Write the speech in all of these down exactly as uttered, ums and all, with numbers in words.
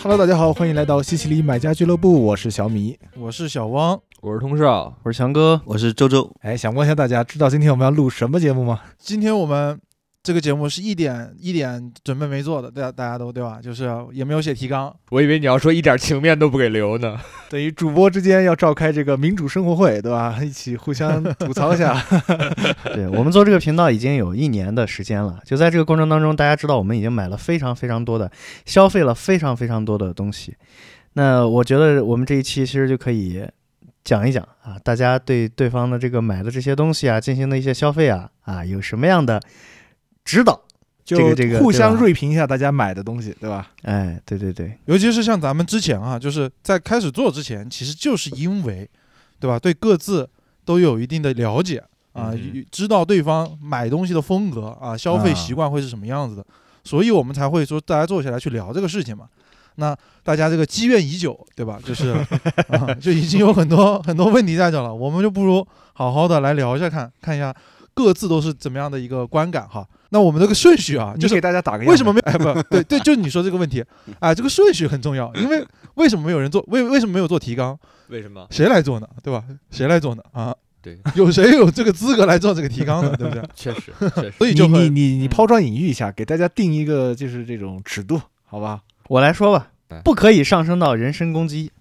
Hello， 大家好，欢迎来到西西里买家俱乐部，我是小米， 我是小汪， 我是通少， 我是强哥， 我是周周。 哎，想问一下大家，知道今天我们要录什么节目吗？ 今天我们这个节目是一点一点准备没做的，对啊，大家都对吧？就是也没有写提纲。 我以为你要说一点情面都不给留呢。 等于主播之间要召开这个民主生活会，对吧？一起互相吐槽一下。 对，我们做这个频道已经有一年的时间了，就在这个过程当中，大家知道我们已经买了非常非常多的，消费了非常非常多的东西。那我觉得我们这一期其实就可以讲一讲啊，大家对对方的这个买的这些东西啊，进行的一些消费啊啊，有什么样的指导？ 就这个这个互相锐评一下大家买的东西，对吧？ 哎，对对对， 尤其是像咱们之前啊，就是在开始做之前，其实就是因为，对吧？对各自都有一定的了解啊，嗯、知道对方买东西的风格啊，消费习惯会是什么样子的，啊、所以我们才会说大家坐下来去聊这个事情嘛。那大家这个积怨已久，对吧？就是、啊、就已经有很多很多问题在这了，我们就不如好好的来聊一下看，看一下各自都是怎么样的一个观感哈。那我们这个顺序啊，就是给大家打个样， 为什么没哎不对对，就你说这个问题啊，这个顺序很重要，因为为什么没有人做？为为什么没有做提纲？ 为什么？ 谁来做呢？对吧？谁来做呢？啊， 对， 有谁有这个资格来做这个提纲呢？对不对？ 确实，确实。 所以就你你你你抛砖引玉一下，给大家定一个就是这种尺度，好吧？ 我来说吧，不可以上升到人身攻击。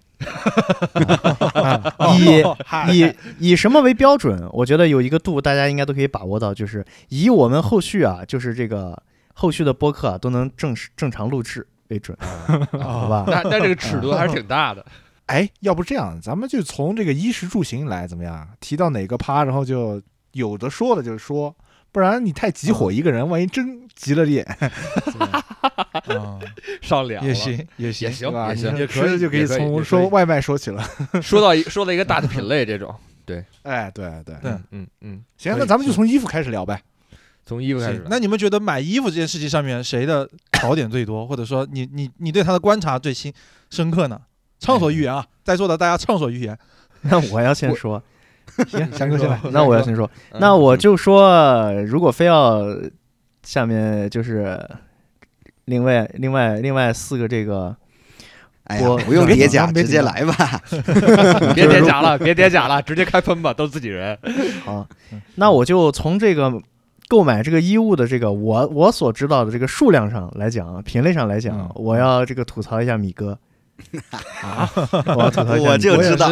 以以以什么为标准？我觉得有一个度，大家应该都可以把握到，就是以我们后续啊，就是这个后续的播客啊，都能正正常录制为准，好吧？ 那那这个尺度还是挺大的。 哎，要不这样，咱们就从这个衣食住行来，怎么样？提到哪个趴，然后就有的说的就说，不然你太急火一个人，万一真急了脸。 啊， 上脸也行，也行， 也行， 也行， 也可以，就可以从说外卖说起了。 说到一说到一个大的品类，这种，对， 哎，对对对， 嗯嗯， 行，那咱们就从衣服开始聊呗。 从衣服开始。 那你们觉得买衣服这件事情上面，谁的槽点最多，或者说你你你对他的观察最新深刻呢？畅所欲言啊，在座的大家畅所欲言。 那我要先说。 行，翔哥先来。 那我要先说，那我就说，如果非要下面就是另外另外另外四个这个， 哎呀，不用叠加，直接来吧。 别叠加了，别叠加了，直接开喷吧，都自己人。 好，那我就从这个购买这个衣物的这个我我所知道的这个数量上来讲，品类上来讲，我要这个吐槽一下米哥。 啊， 我吐槽一下， 我就知道。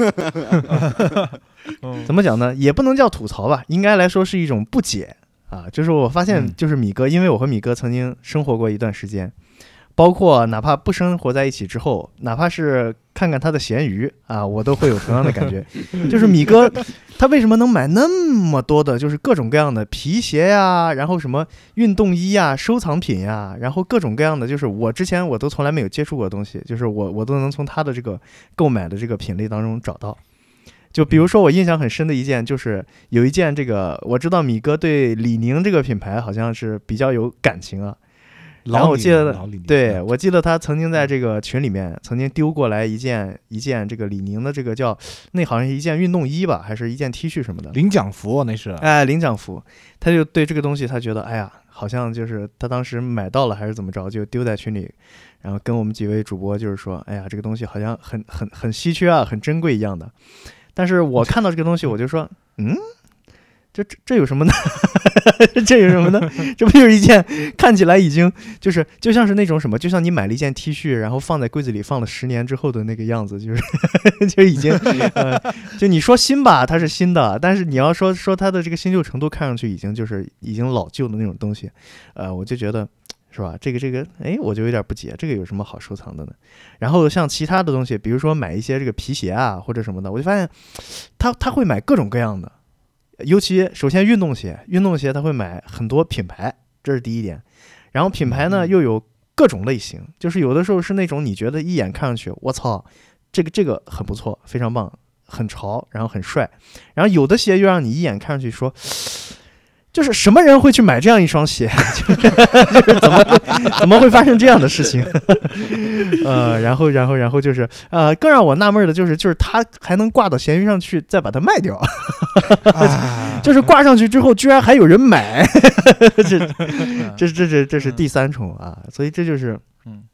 怎么讲呢？也不能叫吐槽吧，应该来说是一种不解啊。就是我发现，就是米哥，因为我和米哥曾经生活过一段时间，包括哪怕不生活在一起之后，哪怕是看看他的闲鱼啊，我都会有同样的感觉。就是米哥，他为什么能买那么多的，就是各种各样的皮鞋呀，然后什么运动衣呀、收藏品呀，然后各种各样的，就是我之前我都从来没有接触过的东西，就是我我都能从他的这个购买的这个品类当中找到。就比如说我印象很深的一件，就是有一件这个我知道米哥对李宁这个品牌好像是比较有感情啊。然后我记得，对，我记得他曾经在这个群里面曾经丢过来一件一件这个李宁的这个叫那好像是一件运动衣吧，还是一件 T 恤什么的， 领奖服那是， 哎，领奖服，他就对这个东西他觉得，哎呀，好像就是他当时买到了还是怎么着，就丢在群里，然后跟我们几位主播就是说，哎呀，这个东西好像很很很稀缺啊，很珍贵一样的。但是我看到这个东西，我就说，嗯。这这这有什么呢？这有什么呢？这不就是一件看起来已经就是就像是那种什么，就像你买了一件 T 恤，然后放在柜子里放了十年之后的那个样子，就是就已经呃，就你说新吧，它是新的，但是你要说说它的这个新旧程度，看上去已经就是已经老旧的那种东西，呃，我就觉得是吧？这个这个，哎，我就有点不解，这个有什么好收藏的呢？然后像其他的东西，比如说买一些这个皮鞋啊或者什么的，我就发现他他会买各种各样的。尤其首先运动鞋，运动鞋他会买很多品牌，这是第一点。然后品牌呢又有各种类型，就是有的时候是那种你觉得一眼看上去，我操，这个这个很不错，非常棒，很潮，然后很帅。然后有的鞋又让你一眼看上去说，就是什么人会去买这样一双鞋？就是、就是怎么怎么会发生这样的事情？呃，然后然后然后就是呃，更让我纳闷的就是，就是他还能挂到闲鱼上去，再把它卖掉。就是挂上去之后，居然还有人买，这这这这这是第三重啊！所以这就是，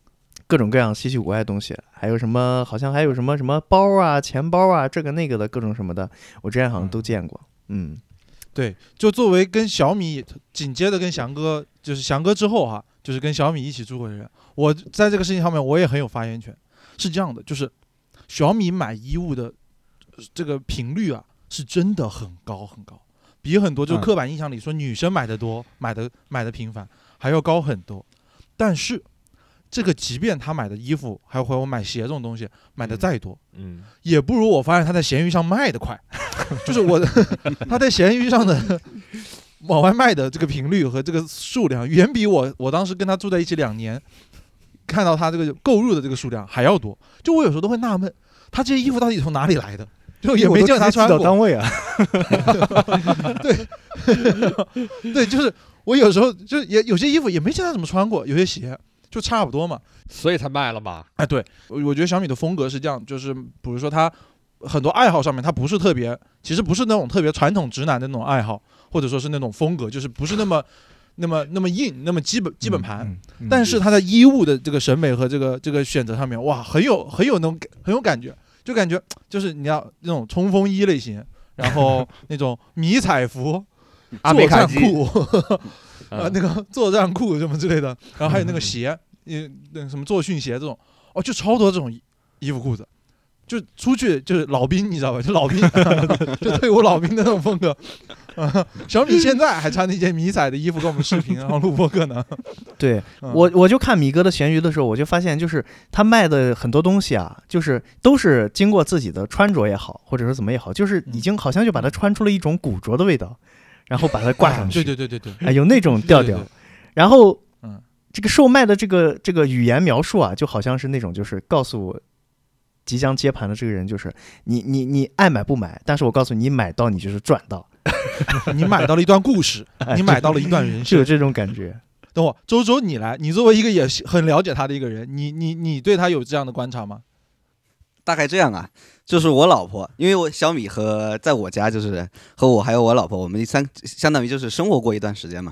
各种各样稀奇古怪的东西，还有什么好像还有什么什么包啊、钱包啊，这个那个的各种什么的，我之前好像都见过。嗯， 对，就作为跟小米紧接着跟翔哥，就是翔哥之后哈、啊，就是跟小米一起住过的人，我在这个事情上面我也很有发言权。是这样的，就是小米买衣物的这个频率啊，是真的很高很高，比很多就刻板印象里说女生买的多、嗯、买的买的频繁还要高很多。但是这个即便他买的衣服还有或者我买鞋这种东西买的再多， 嗯， 也不如我发现他在闲鱼上卖的快。就是我的他在闲鱼上的往外卖的这个频率和这个数量，远比我我当时跟他住在一起两年看到他这个购入的这个数量还要多。就我有时候都会纳闷，他这些衣服到底从哪里来的？就也没见他穿过。 单位啊， 对，对，就是我有时候就也有些衣服也没见他怎么穿过，有些鞋就差不多嘛， 所以才卖了嘛。 哎，对，我我觉得小米的风格是这样，就是比如说他很多爱好上面，他不是特别，其实不是那种特别传统直男的那种爱好，或者说是那种风格，就是不是那么。那么那么硬，那么基本基本盘、嗯嗯嗯，但是他在衣物的这个审美和这个这个选择上面，哇，很有很有那种很有感觉，就感觉就是你要那种冲锋衣类型，然后那种迷彩服、作战裤，啊那个作战裤什么之类的，然后还有那个鞋，嗯，那什么作训鞋这种，哦，就超多这种衣服裤子。就出去就是老兵，你知道吧？就老兵，就退伍老兵的那种风格。啊、小米现在还穿那件迷彩的衣服跟我们视频，然后录播客呢。 对、嗯、我，我就看米哥的闲鱼的时候，我就发现，就是他卖的很多东西啊，就是都是经过自己的穿着也好，或者说怎么也好，就是已经好像就把它穿出了一种古着的味道，然后把它挂上去。 啊、对对对对对， 哎，有那种调调。 对对对然后， 嗯， 这个售卖的这个这个语言描述啊，就好像是那种就是告诉我。即将接盘的这个人就是你，你你爱买不买，但是我告诉你，你买到你就是赚到， 你买到了一段故事，你买到了一段人生， 就有这种感觉。 等我，周周你来，你作为一个也很了解他的一个人，你你你对他有这样的观察吗？ 大概这样啊，就是我老婆，因为我小米和在我家就是和我还有我老婆，我们三相当于就是生活过一段时间嘛。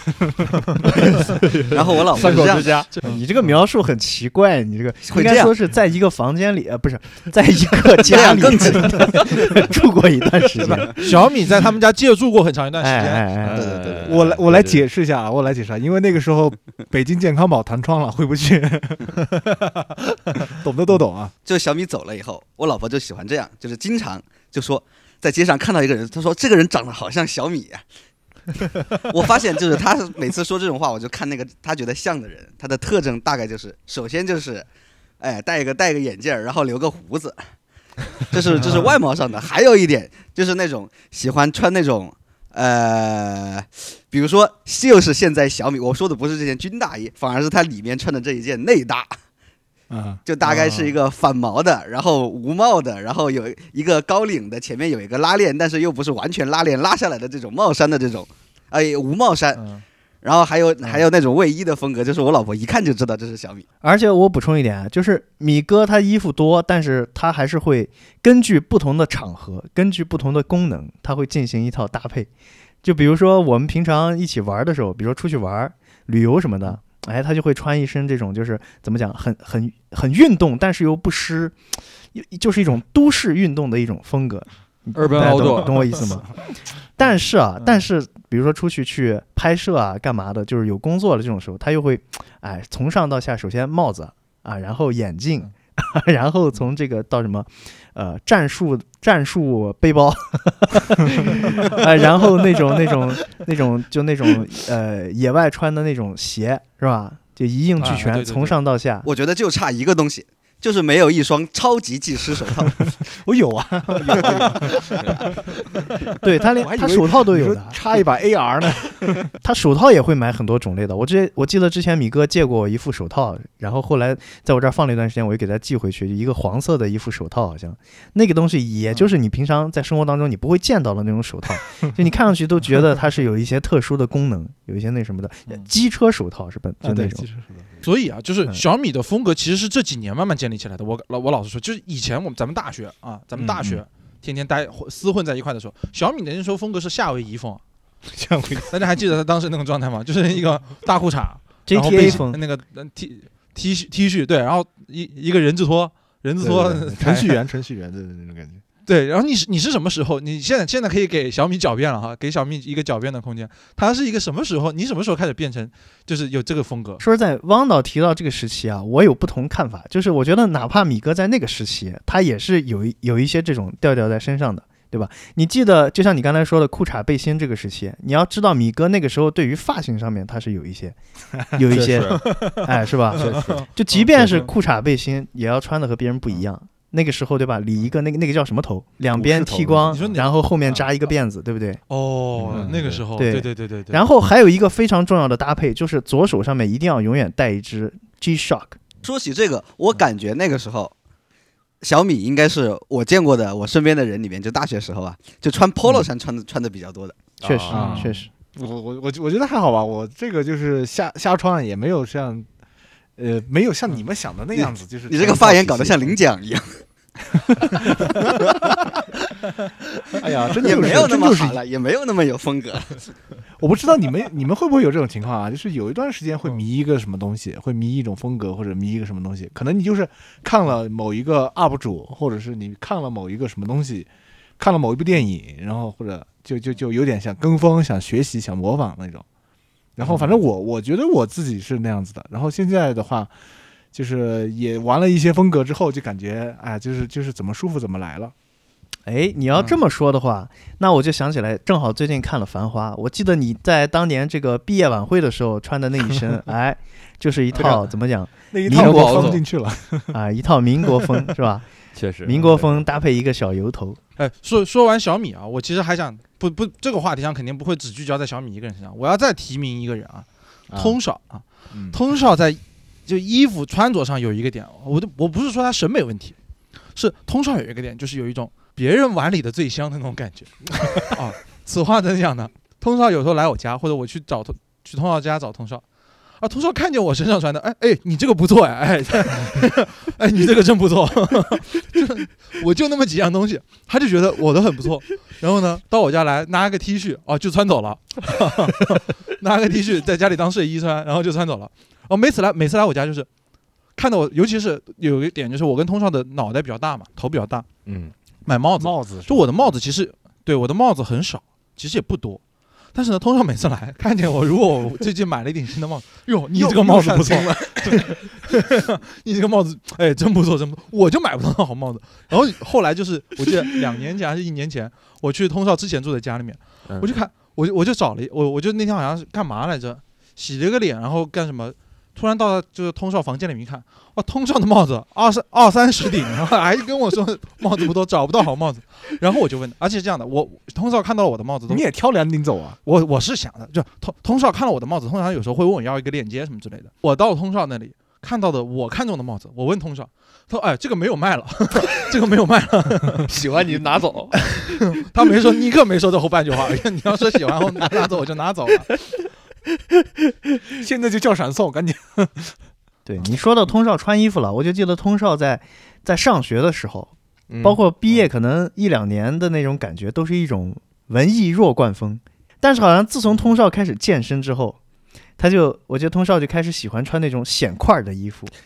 然后我老婆是这样， 家你这个描述很奇怪，你这个应该说是在一个房间里，呃，不是在一个家里住过一段时间。 小米在他们家借住过很长一段时间。 哎哎哎， 对对对， 我来我来解释一下啊，我来解释啊，因为那个时候北京健康宝弹窗了，回不去，懂的都懂啊。 就小米走了以后，我老婆就喜欢这样，就是经常就说在街上看到一个人，她说这个人长得好像小米呀、啊。我发现就是他每次说这种话，我就看那个他觉得像的人，他的特征大概就是，首先就是，哎，戴一个戴一个眼镜，然后留个胡子，这是这是外貌上的。还有一点就是那种喜欢穿那种，呃，比如说就是现在小米，我说的不是这件军大衣，反而是他里面穿的这一件内搭。 啊， 就大概是一个反毛的，然后无帽的，然后有一个高领的，前面有一个拉链，但是又不是完全拉链拉下来的这种帽衫的这种，哎，无帽衫， 嗯、 然后还有还有那种卫衣的风格，就是我老婆一看就知道这是小米。 而且我补充一点啊，就是米哥他衣服多，但是他还是会根据不同的场合，根据不同的功能，他会进行一套搭配。就比如说我们平常一起玩的时候，比如说出去玩、旅游什么的。哎，他就会穿一身这种，就是怎么讲，很很很运动，但是又不失，就是一种都市运动的一种风格。 二本奥懂懂我意思吗？但是啊，但是比如说出去去拍摄啊，干嘛的，就是有工作的这种时候，他又会，哎，从上到下，首先帽子啊，然后眼镜，然后从这个到什么，呃，战术战术背包，啊，然后那种那种那种就那种呃野外穿的那种鞋是吧？就一应俱全， 啊、对对对从上到下。 我觉得就差一个东西。就是没有一双超级技师手套。 我有啊，有有对他连他手套都有的， 插一把 A R 呢。 他手套也会买很多种类的。我之我记得之前米哥借过我一副手套，然后后来在我这儿放了一段时间，我就给他寄回去，一个黄色的一副手套，好像那个东西也就是你平常在生活当中你不会见到的那种手套，就你看上去都觉得它是有一些特殊的功能，有一些那什么的机车手套是吧？就那种。 所以啊，就是小米的风格其实是这几年慢慢建立起来的。我我老实说，就是以前我们咱们大学啊，咱们大学、嗯、天天待厮混在一块的时候，小米的那时候风格是夏威夷风。 夏威夷， 大家还记得他当时那种状态吗？就是一个大裤衩 ，G T A 风， 那个 T T 恤 T 恤，对，然后一一个人字拖，人字拖对对对程序员，程序员的那种感觉。 对，然后你是你是什么时候？你现在现在可以给小米狡辩了哈，给小米一个狡辩的空间。它是一个什么时候？你什么时候开始变成就是有这个风格？ 说实在，汪导提到这个时期啊，我有不同看法。就是我觉得，哪怕米哥在那个时期，他也是有一有一些这种调调在身上的，对吧？你记得，就像你刚才说的裤衩背心这个时期，你要知道，米哥那个时候对于发型上面他是有一些有一些，哎，是吧？ 确实， 就即便是裤衩背心，也要穿的和别人不一样。那个时候对吧，理一个那个那个叫什么头，两边剃光，然后后面扎一个辫子，对不对？ 哦， 嗯、 那个时候， 对对对对对对。 然后还有一个非常重要的搭配，就是左手上面一定要永远带一只 G-Shock。 说起这个，我感觉那个时候，小米应该是我见过的我身边的人里面，就大学时候啊，就穿 polo 衫穿的、嗯、穿的比较多的。 确实， 啊、 确实。 我我我我觉得还好吧，我这个就是瞎瞎穿，也没有像，呃，没有像你们想的那样子， 嗯、 就是你这个发言搞得像领奖一样。 哎呀，真也没有那么好了，也没有那么有风格。 我不知道你们你们会不会有这种情况啊？就是有一段时间会迷一个什么东西，会迷一种风格或者迷一个什么东西，可能你就是看了某一个 U P 主，或者是你看了某一个什么东西，看了某一部电影，然后或者就就就有点想跟风、想学习、想模仿那种。然后反正我我觉得我自己是那样子的。然后现在的话，就是也玩了一些风格之后，就感觉哎，就是就是怎么舒服怎么来了。 哎，你要这么说的话，嗯、那我就想起来，正好最近看了《繁花》，我记得你在当年这个毕业晚会的时候穿的那一身，哎，就是一套怎么讲， 那一套我放进去了啊，一套民国风是吧？ 确实， 民国风搭配一个小油头。 哎，说说完小米啊，我其实还想不不，这个话题上肯定不会只聚焦在小米一个人身上，我要再提名一个人啊，啊通少啊，嗯、通少在就衣服穿着上有一个点，我都我不是说他审美问题，是通少有一个点，就是有一种别人碗里的最香的那种感觉啊。此话怎讲呢？通少有时候来我家，或者我去找去通少家找通少。啊，通少看见我身上穿的，哎哎，你这个不错哎，哎，哎，你这个真不错，就我就那么几样东西，他就觉得我的很不错，然后呢，到我家来拿个 T 恤，哦，就穿走了，拿个 T 恤在家里当睡衣穿，然后就穿走了。哦，每次来每次来我家就是看到我，尤其是有一点就是我跟通少的脑袋比较大嘛，头比较大， 嗯， 买帽子， 帽子， 就我的帽子其实对我的帽子很少，其实也不多。但是呢，通常每次来看见我，如果我最近买了一顶新的帽子，哟，你这个帽子不错，你这个帽子，哎，真不错，真不错，我就买不到那好帽子。然后后来就是，我记得两年前还是一年前，我去通少之前住在家里面， 嗯、 我就看，我就我就找了，我我就那天好像是干嘛来着，洗了个脸，然后干什么？突然到了就是通少房间里面一看，哇，通少的帽子二三二三十顶，然后还跟我说帽子不多，找不到好帽子。然后我就问，而且这样的，我通少看到了我的帽子， 你也挑两顶走啊？ 我我是想的，就通通少看到我的帽子，通常有时候会问我要一个链接什么之类的。我到通少那里看到的我看中的帽子，我问通少，他说哎，这个没有卖了，这个没有卖了， 喜欢你拿走。 他没说，尼克没说这后半句话，你要说喜欢后拿拿走我就拿走了。 现在就叫闪送，赶紧。 对，你说到通少穿衣服了，我就记得通少在在上学的时候， 嗯、 包括毕业可能一两年的那种感觉，都是一种文艺弱冠风。但是好像自从通少开始健身之后，他就我觉得通少就开始喜欢穿那种显块的衣服。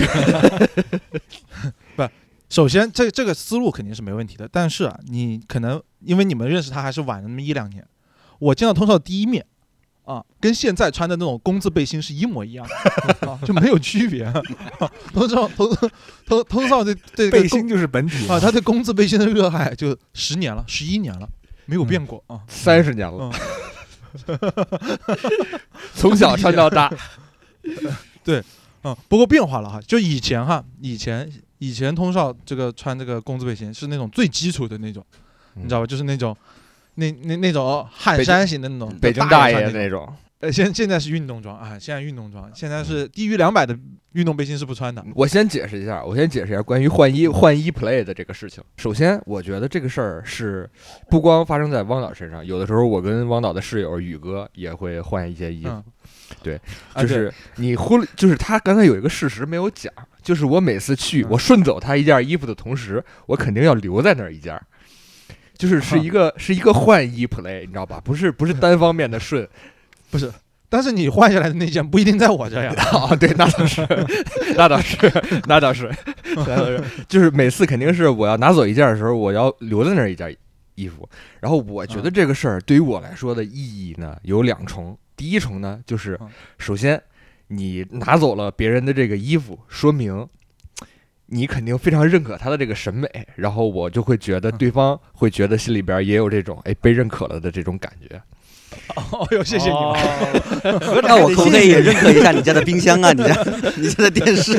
不，首先这这个思路肯定是没问题的，但是啊，你可能因为你们认识他还是晚了那么一两年，我见到通少第一面。啊，跟现在穿的那种工字背心是一模一样的，啊、就没有区别。通少通通通少对对背心就是本体啊，他对工字背心的热爱就十年了，十一年了，没有变过啊， 三十年了， 嗯、 从小穿到大。 对，嗯，不过变化了哈，就以前哈，以前以前通少这个穿这个工字背心是那种最基础的那种，嗯、你知道吧？就是那种。那那那种汗衫型的那种， 北京大爷那种。 呃，现现在是运动装啊，现在运动装，现在是低于两百的运动背心是不穿的。 我先解释一下，我先解释一下关于换衣换衣 play 的这个事情。首先，我觉得这个事儿是不光发生在汪导身上，有的时候我跟汪导的室友宇哥也会换一些衣服。 嗯、 对，就是你忽略，就是他刚才有一个事实没有讲，就是我每次去，我顺走他一件衣服的同时，我肯定要留在那儿一件。就是是一个、啊、是一个换衣 play， 你知道吧？不是不是单方面的顺， 不是但是你换下来的那件不一定在我这呀。 啊，对，那倒是，那倒是，那倒是，那倒是，就是每次肯定是我要拿走一件的时候，我要留在那儿一件衣服。然后我觉得这个事儿对于我来说的意义呢有两重。第一重呢，就是首先你拿走了别人的这个衣服，说明你肯定非常认可他的这个审美，然后我就会觉得对方会觉得心里边也有这种哎被认可了的这种感觉。 哦哟，谢谢你们。 那我可不可以也认可一下你家的冰箱啊？你家你家的电视？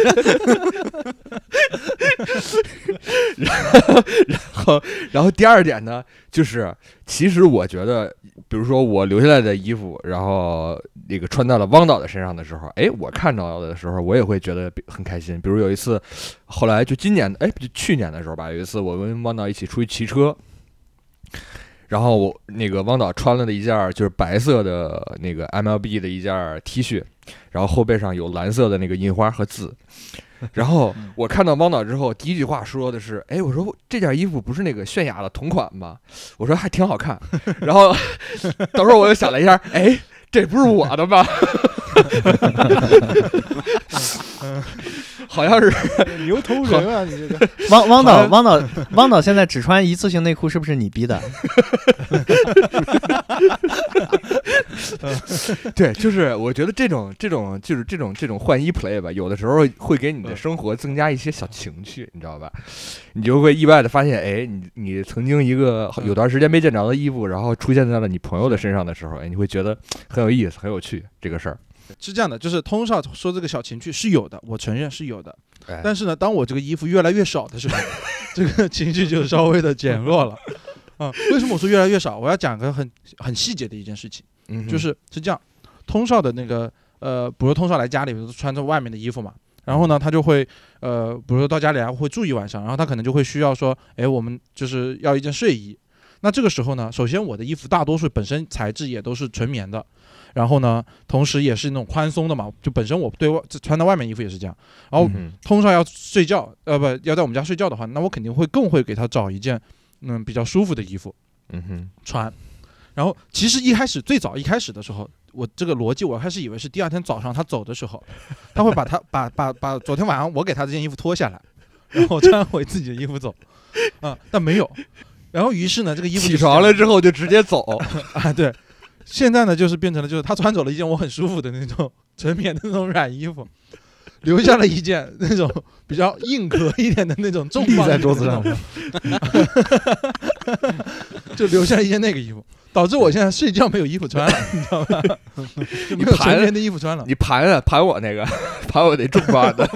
然后，然后，然后第二点呢，就是其实我觉得，比如说我留下来的衣服，然后那个穿到了汪导的身上的时候，哎，我看到的时候，我也会觉得很开心。比如有一次，后来就今年，哎，就去年的时候吧，有一次我跟汪导一起出去骑车。然后我那个汪导穿了的一件就是白色的那个 M L B 的一件 T 恤，然后后背上有蓝色的那个印花和字。然后我看到汪导之后，第一句话说的是：“哎，我说这件衣服不是那个泫雅的同款吗？”我说还挺好看。然后等会儿我又想了一下，哎，这不是我的吗？好像是牛头人啊！你这个汪汪导汪导汪导现在只穿一次性内裤，是不是你逼的？ 对，就是我觉得这种这种就是这种这种换衣 play 吧，有的时候会给你的生活增加一些小情趣，你知道吧？你就会意外的发现，哎，你你曾经一个有段时间没见着的衣服，然后出现在了你朋友的身上的时候，哎，你会觉得很有意思，很有趣这个事儿。 是这样的，就是通少说这个小情趣是有的，我承认是有的。 哎、 但是呢，当我这个衣服越来越少的时候，这个情绪就稍微的减弱了。啊、嗯，为什么我说越来越少？我要讲个很很细节的一件事情， 嗯、 就是是这样，通少的那个呃，比如通少来家里穿着外面的衣服嘛，然后呢，他就会呃，比如说到家里来会住一晚上，然后他可能就会需要说，哎，我们就是要一件睡衣。那这个时候呢，首先我的衣服大多数本身材质也都是纯棉的。然后呢，同时也是那种宽松的嘛，就本身我对外穿的外面衣服也是这样。然后通常要睡觉，呃不要在我们家睡觉的话，那我肯定会更会给他找一件嗯比较舒服的衣服， 嗯哼穿。然后其实一开始最早一开始的时候，我这个逻辑我开始以为是第二天早上他走的时候，他会把他把把把昨天晚上我给他这件衣服脱下来，然后穿回自己的衣服走，啊、嗯，但没有。然后于是呢，这个衣服起床了之后就直接走啊，对。现在呢，就是变成了，就是他穿走了一件我很舒服的那种纯棉的那种软衣服，留下了一件那种比较硬壳一点的那种重磅立在桌子上， 就留下一件那个衣服，导致我现在睡觉没有衣服穿了，你知道吧？就没有纯棉的衣服穿了。 你盘啊盘我那个，盘我那重磅的。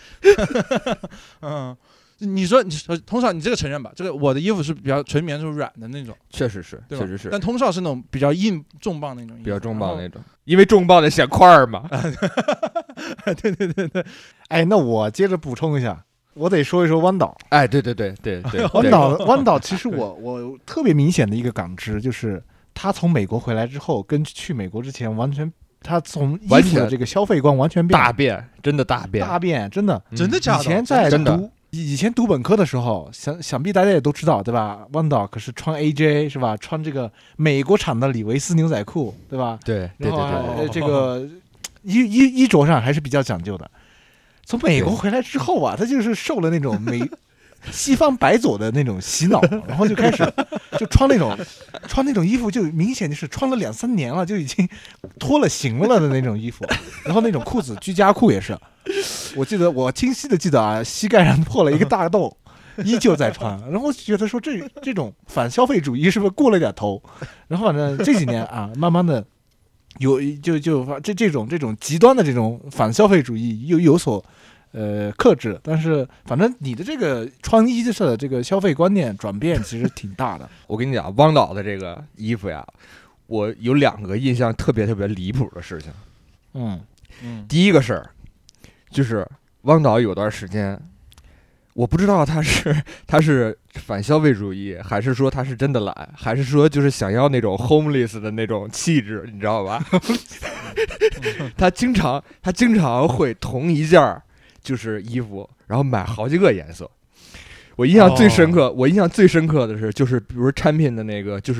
嗯。你说，你说，通少，你这个承认吧？这个我的衣服是比较纯棉，就是软的那种， 确实是，确实是。 但通少是那种比较硬、重磅那种衣服， 比较重磅那种，因为重磅的显块儿嘛。 对对对对， 哎，那我接着补充一下，我得说一说汪导。 哎，对对对对对， 汪导，汪导，其实我我特别明显的一个感知就是，他从美国回来之后，跟去美国之前完全。他从衣服的这个消费观完全变大变，真的大变， 大变，真的， 真的假的？ 以前在读，以前读本科的时候，想想必大家也都知道，对吧？汪导可是穿 A J 是吧？穿这个美国产的李维斯牛仔裤，对吧？ 对，对对对， 这个衣衣衣着上还是比较讲究的。从美国回来之后啊，他就是受了那种美。西方白左的那种洗脑，然后就开始就穿那种穿那种衣服，就明显就是穿了两三年了，就已经脱了形了的那种衣服。然后那种裤子，居家裤也是，我记得我清晰的记得啊，膝盖上破了一个大洞，依旧在穿。然后觉得说这这种反消费主义是不是过了点头？然后反正这几年啊，慢慢的有就就这这种这种极端的这种反消费主义又有所。呃，克制，但是反正你的这个穿衣的这个消费观念转变其实挺大的。 我跟你讲，汪导的这个衣服呀，我有两个印象特别特别离谱的事情。 嗯嗯，第一个事儿就是汪导有段时间，我不知道他是他是反消费主义，还是说他是真的懒，还是说就是想要那种 homeless 的那种气质，你知道吧？他经常他经常会同一件儿。就是衣服，然后买好几个颜色。我印象最深刻，哦、我印象最深刻的是，就是比如产品的那个，就是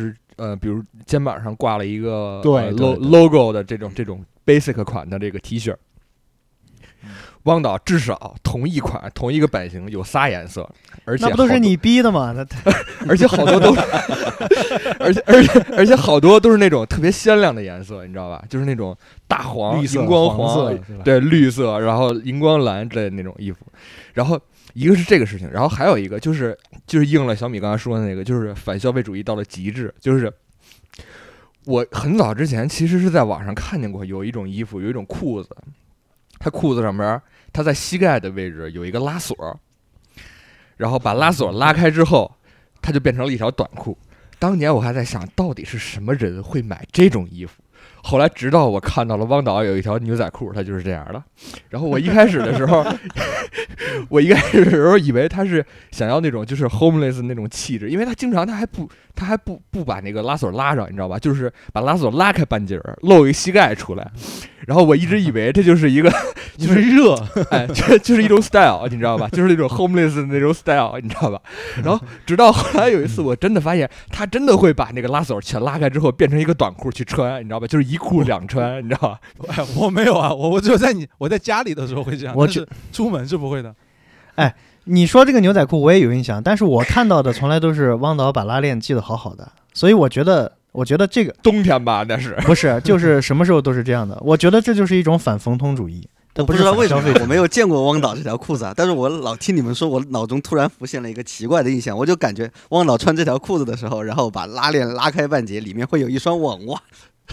呃，比如肩膀上挂了一个对呃对 lo 对 logo 的这种这种 basic 款的这个 T 恤。汪导至少同一款同一个版型有仨颜色，而且好多那不都是你逼的吗？那而且好多都，而且而且而且好多都是那种特别鲜亮的颜色，你知道吧？就是那种大黄、 绿色荧光黄色是吧对，绿色，然后荧光蓝之类的那种衣服。然后一个是这个事情，然后还有一个就是就是应了小米刚才说的那个，就是反消费主义到了极致。就是我很早之前其实是在网上看见过有一种衣服，有一种裤子，它裤子上边它在膝盖的位置有一个拉锁。然后把拉锁拉开之后，它就变成了一条短裤。当年我还在想，到底是什么人会买这种衣服？后来直到我看到了汪导有一条牛仔裤，它就是这样的。然后我一开始的时候，我一开始的时候以为他是想要那种就是 homeless 那种气质，因为他经常他还不他还不不把那个拉锁拉上，你知道吧？就是把拉锁拉开半截儿，露一个膝盖出来。然后我一直以为这就是一个就是热，哎，就就是一种 style， 你知道吧？就是那种 homeless 的那种 style， 你知道吧？然后直到后来有一次，我真的发现他真的会把那个拉锁全拉开之后，变成一个短裤去穿，你知道吧？就是一裤两穿，你知道吧？ 哎，我没有啊，我我只有在你我在家里的时候会这样， 我但是出门是不会的。 你说这个牛仔裤我也有印象，但是我看到的从来都是汪导把拉链系得好好的，所以我觉得，我觉得这个冬天吧，那是不是，就是什么时候都是这样的。我觉得这就是一种反风通主义， 我不知道为什反消费么我没有见过汪导这条裤子啊，但是我老听你们说，我脑中突然浮现了一个奇怪的印象，我就感觉汪导穿这条裤子的时候，然后把拉链拉开半截，里面会有一双网袜。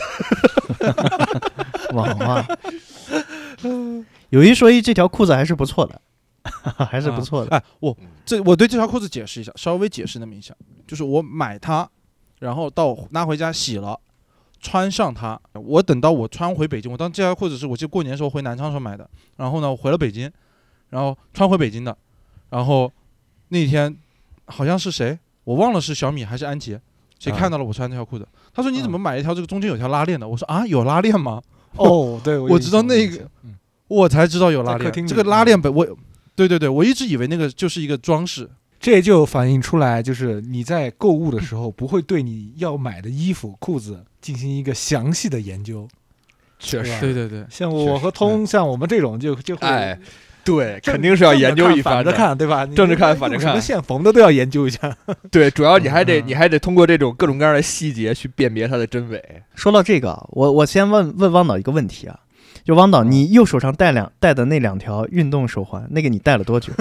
网袜。有一说一，这条裤子还是不错的，还是不错的。 哎，我这我对这条裤子解释一下，稍微解释那么一下，就是我买它，然后到拿回家洗了，穿上它，我等到我穿回北京，我当这条裤子是我记得过年的时候回南昌时候买的，然后呢我回了北京，然后穿回北京的，然后那天好像是谁，我忘了是小米还是安杰，谁看到了我穿这条裤子，他说你怎么买一条这个中间有条拉链的？我说啊有拉链吗？ 哦，对， 我知道那个，我才知道有拉链。这个拉链本我，对对对，我一直以为那个就是一个装饰。 这就反映出来，就是你在购物的时候不会对你要买的衣服、裤子进行一个详细的研究。 确实， 对对对， 像我和通，像我们这种就就会， 哎，对，肯定是要研究一番的， 反着看，对吧？ 正着看，反着看， 什么线缝的都要研究一下。 对，主要你还得你还得通过这种各种各样的细节去辨别它的真伪。 说到这个，我我先问问汪导一个问题啊，就汪导，你右手上戴两戴的那两条运动手环，那个你戴了多久？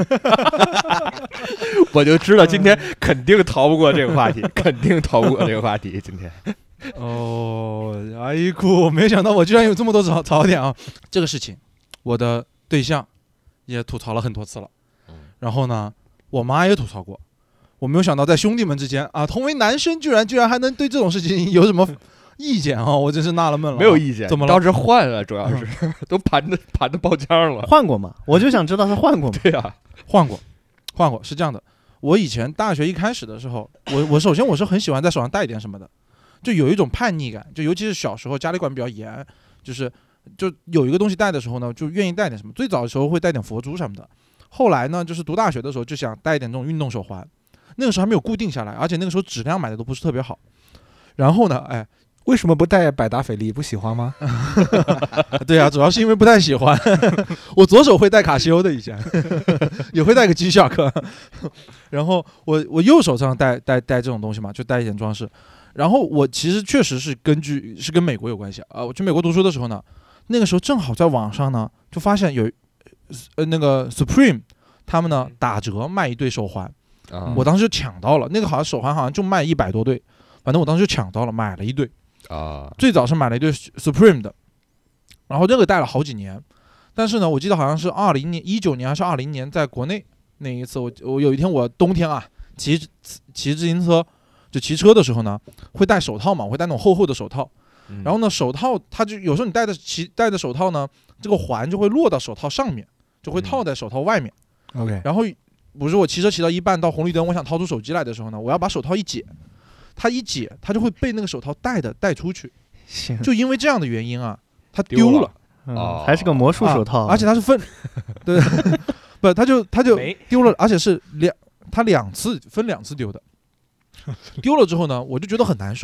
我就知道今天肯定逃不过这个话题，肯定逃不过这个话题。今天， 哦，哎哭，没想到我居然有这么多槽槽点啊！这个事情，我的对象也吐槽了很多次了，然后呢，我妈也吐槽过。我没有想到在兄弟们之间啊，同为男生，居然居然还能对这种事情有什么意见啊！我真是纳了闷了。 没有意见， 怎么了？ 当时换了，主要是都盘的盘的爆浆了。 换过吗？我就想知道他换过吗？ 对啊， 换过，换过。是这样的，我以前大学一开始的时候，我我首先我是很喜欢在手上带点什么的，就有一种叛逆感，就尤其是小时候家里管比较严，就是就有一个东西带的时候呢，就愿意带点什么。最早的时候会带点佛珠什么的，后来呢，就是读大学的时候就想带一点这种运动手环。那个时候还没有固定下来，而且那个时候质量买的都不是特别好。然后呢，哎， 为什么不带百达翡丽？不喜欢吗？ 对啊，主要是因为不太喜欢。我左手会带卡西欧的以前，也会带个 G-Shock。然后我我右手上带带带这种东西嘛，就带一点装饰。然后我其实确实是根据是跟美国有关系啊。我去美国读书的时候呢，那个时候正好在网上呢就发现有呃那个 Supreme 他们呢打折卖一对手环。 啊、 我当时就抢到了，那个好像手环好像就卖一百多对，反正我当时就抢到了，买了一对。 啊， 最早是买了一对 Supreme 的，然后这个戴了好几年，但是呢，我记得好像是二零年、一九年还是二零年，在国内那一次我，我我有一天我冬天啊骑骑自行车，就骑车的时候呢，会戴手套嘛，我会戴那种厚厚的手套， 嗯、 然后呢，手套它就有时候你戴的骑戴的手套呢，这个环就会落到手套上面，就会套在手套外面。 嗯、OK， 然后。不是我骑车骑到一半到红绿灯，我想掏出手机来的时候呢，我要把手套一解，它一解，它就会被那个手套带的带出去，就因为这样的原因啊，它丢了， 丢了嗯哦、 还是个魔术手套， 啊、而且它是分，对，不，它就它就丢了，而且是两，它两次分两次丢的，丢了之后呢，我就觉得很难受，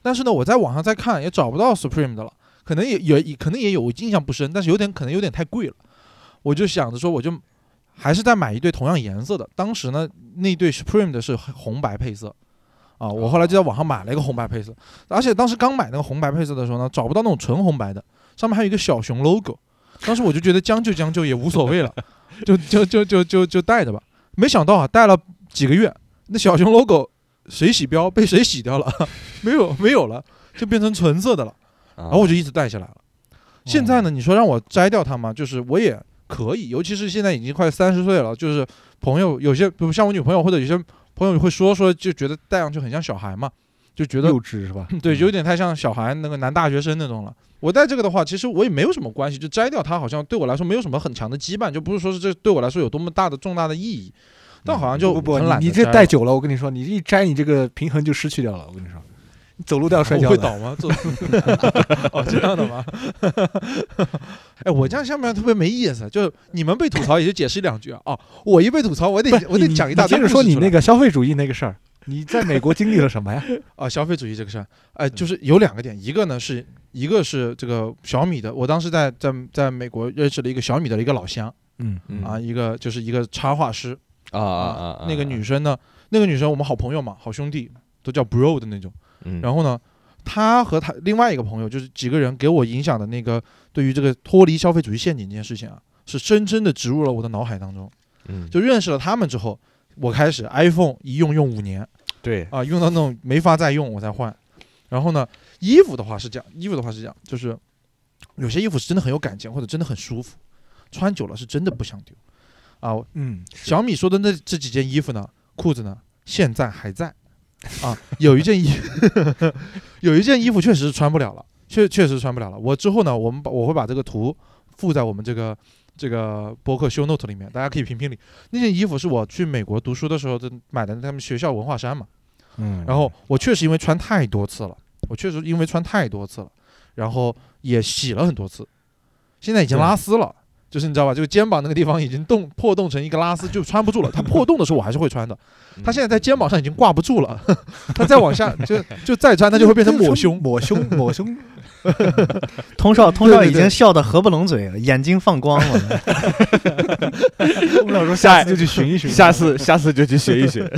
但是呢，我在网上再看也找不到 Supreme 的了，可能也也可能也有，我印象不深，但是有点可能有点太贵了。我就想着说，我就还是再买一对同样颜色的。当时呢，那对 Supreme 的是红白配色啊，我后来就在网上买了一个红白配色，而且当时刚买那个红白配色的时候呢，找不到那种纯红白的，上面还有一个小熊 logo。当时我就觉得将就将就也无所谓了，就就就就就就带着吧。没想到啊，戴了几个月，那小熊 logo 谁洗标被谁洗掉了，没有没有了，就变成纯色的了。然后我就一直戴下来了。现在呢，你说让我摘掉它吗？就是我也可以，尤其是现在已经快三十岁了，就是朋友有些，比如像我女朋友或者有些朋友会说说，就觉得戴上去很像小孩嘛，就觉得幼稚是吧？ 对，有点太像小孩那个男大学生那种了。我戴这个的话，其实我也没有什么关系，就摘掉它好像对我来说没有什么很强的羁绊，就不是说是这对我来说有多么大的重大的意义，但好像就不不很懒得你这摘了戴久了，我跟你说，你一摘你这个平衡就失去掉了。我跟你说，你走路都要摔跤的。 我会倒吗？走哦，这样的吗？哎，我这样下面特别没意思，就是你们被吐槽也就解释两句啊。哦，我一被吐槽，我得我得讲一大堆。 接着说你那个个消费主义那个事儿，你在美国经历了什么呀？ 啊，消费主义这个事儿，哎，就是有两个点，一个呢是一个是这个小米的，我当时在在在美国认识了一个小米的一个老乡， 嗯嗯啊，一个就是一个插画师啊啊啊， 那个女生呢，那个女生我们好朋友嘛，好兄弟，都叫 bro 的那种。 嗯， 然后呢，他和他另外一个朋友，就是几个人给我影响的那个，对于这个脱离消费主义陷阱这件事情啊，是深深的植入了我的脑海当中。 嗯， 就认识了他们之后，我开始 iPhone 一用用五年， 对啊，用到那种没法再用我再换。然后呢，衣服的话是这样，衣服的话是这样，就是有些衣服是真的很有感情，或者真的很舒服，穿久了是真的不想丢。啊， 嗯， 小米说的那这几件衣服呢，裤子呢，现在还在。啊，有一件衣，有一件衣服确实是穿不了了，确确实穿不了了。我之后呢，我们把我会把这个图附在我们这个这个播客 show note 里面，大家可以评评理。那件衣服是我去美国读书的时候买的，他们学校文化衫嘛。 嗯， 然后我确实因为穿太多次了，我确实因为穿太多次了，然后也洗了很多次，现在已经拉丝了。就是你知道吧，这个肩膀那个地方已经洞破洞成一个拉丝，就穿不住了。它破洞的时候我还是会穿的，它现在在肩膀上已经挂不住了，它再往下就就再穿，它就会变成抹胸， 抹胸，抹胸。 通少通少已经笑得合不拢嘴了，眼睛放光了。 我们老说下次就去寻一寻， 下次下次就去学一学。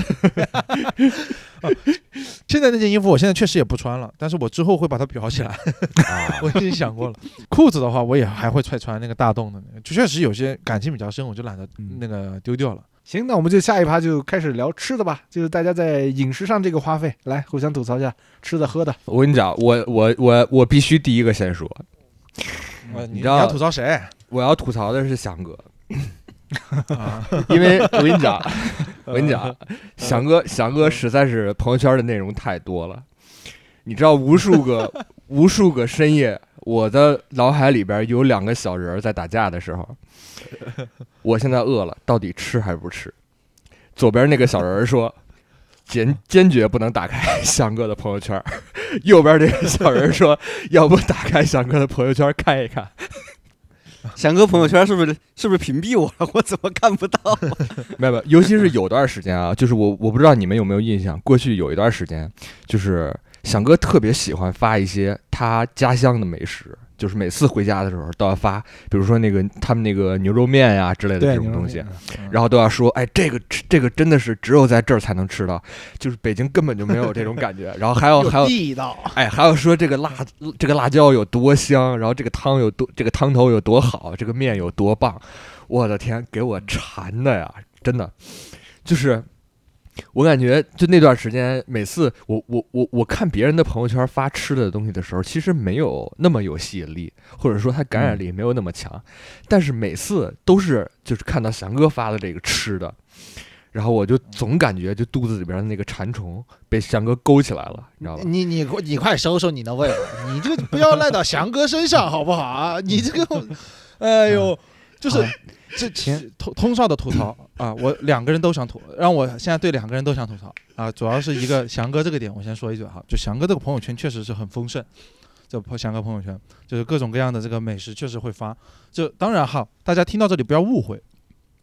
现在那件衣服我现在确实也不穿了，但是我之后会把它裱起来。我已经想过了。裤子的话，我也还会再穿那个大洞的那个，就确实有些感情比较深，我就懒得那个丢掉了。 行，那我们就下一趴就开始聊吃的吧，就是大家在饮食上这个花费，来互相吐槽一下吃的喝的。 我跟你讲，我我我我必须第一个先说， 呃、你你知道你要吐槽谁？ 我要吐槽的是翔哥。 啊， 因为我跟你讲，我跟你讲，翔哥翔哥实在是朋友圈的内容太多了，你知道无数个无数个深夜，我的脑海里边有两个小人在打架的时候，我现在饿了，到底吃还是不吃？左边那个小人说坚坚决不能打开翔哥的朋友圈，右边这个小人说要不打开翔哥的朋友圈看一看。 翔哥朋友圈是不是是不是屏蔽我了？我怎么看不到、啊？ 没有没有，尤其是有段时间啊，就是我我不知道你们有没有印象，过去有一段时间，就是翔哥特别喜欢发一些他家乡的美食，就是每次回家的时候都要发，比如说那个他们那个牛肉面呀、啊、之类的这种东西，然后都要说，哎，这个这个真的是只有在这儿才能吃到，就是北京根本就没有这种感觉。然后还有还有地道， 哎，还有说这个辣这个辣椒有多香，然后这个汤有多这个汤头有多好，这个面有多棒，我的天，给我馋的呀，真的，就是我感觉就那段时间，每次我我我我看别人的朋友圈发吃的东西的时候，其实没有那么有吸引力，或者说它感染力没有那么强，嗯、但是每次都是就是看到翔哥发的这个吃的，然后我就总感觉就肚子里边的那个馋虫被翔哥勾起来了，你知道吧？ 你你你快收收你的胃，你这个不要赖到翔哥身上好不好啊？你这个，哎呦，就是。 这通通少的吐槽啊，我两个人都想吐，让我现在对两个人都想吐槽啊，主要是一个翔哥这个点，我先说一句哈，就翔哥这个朋友圈确实是很丰盛，这翔哥朋友圈就是各种各样的这个美食确实会发，就当然哈，大家听到这里不要误会，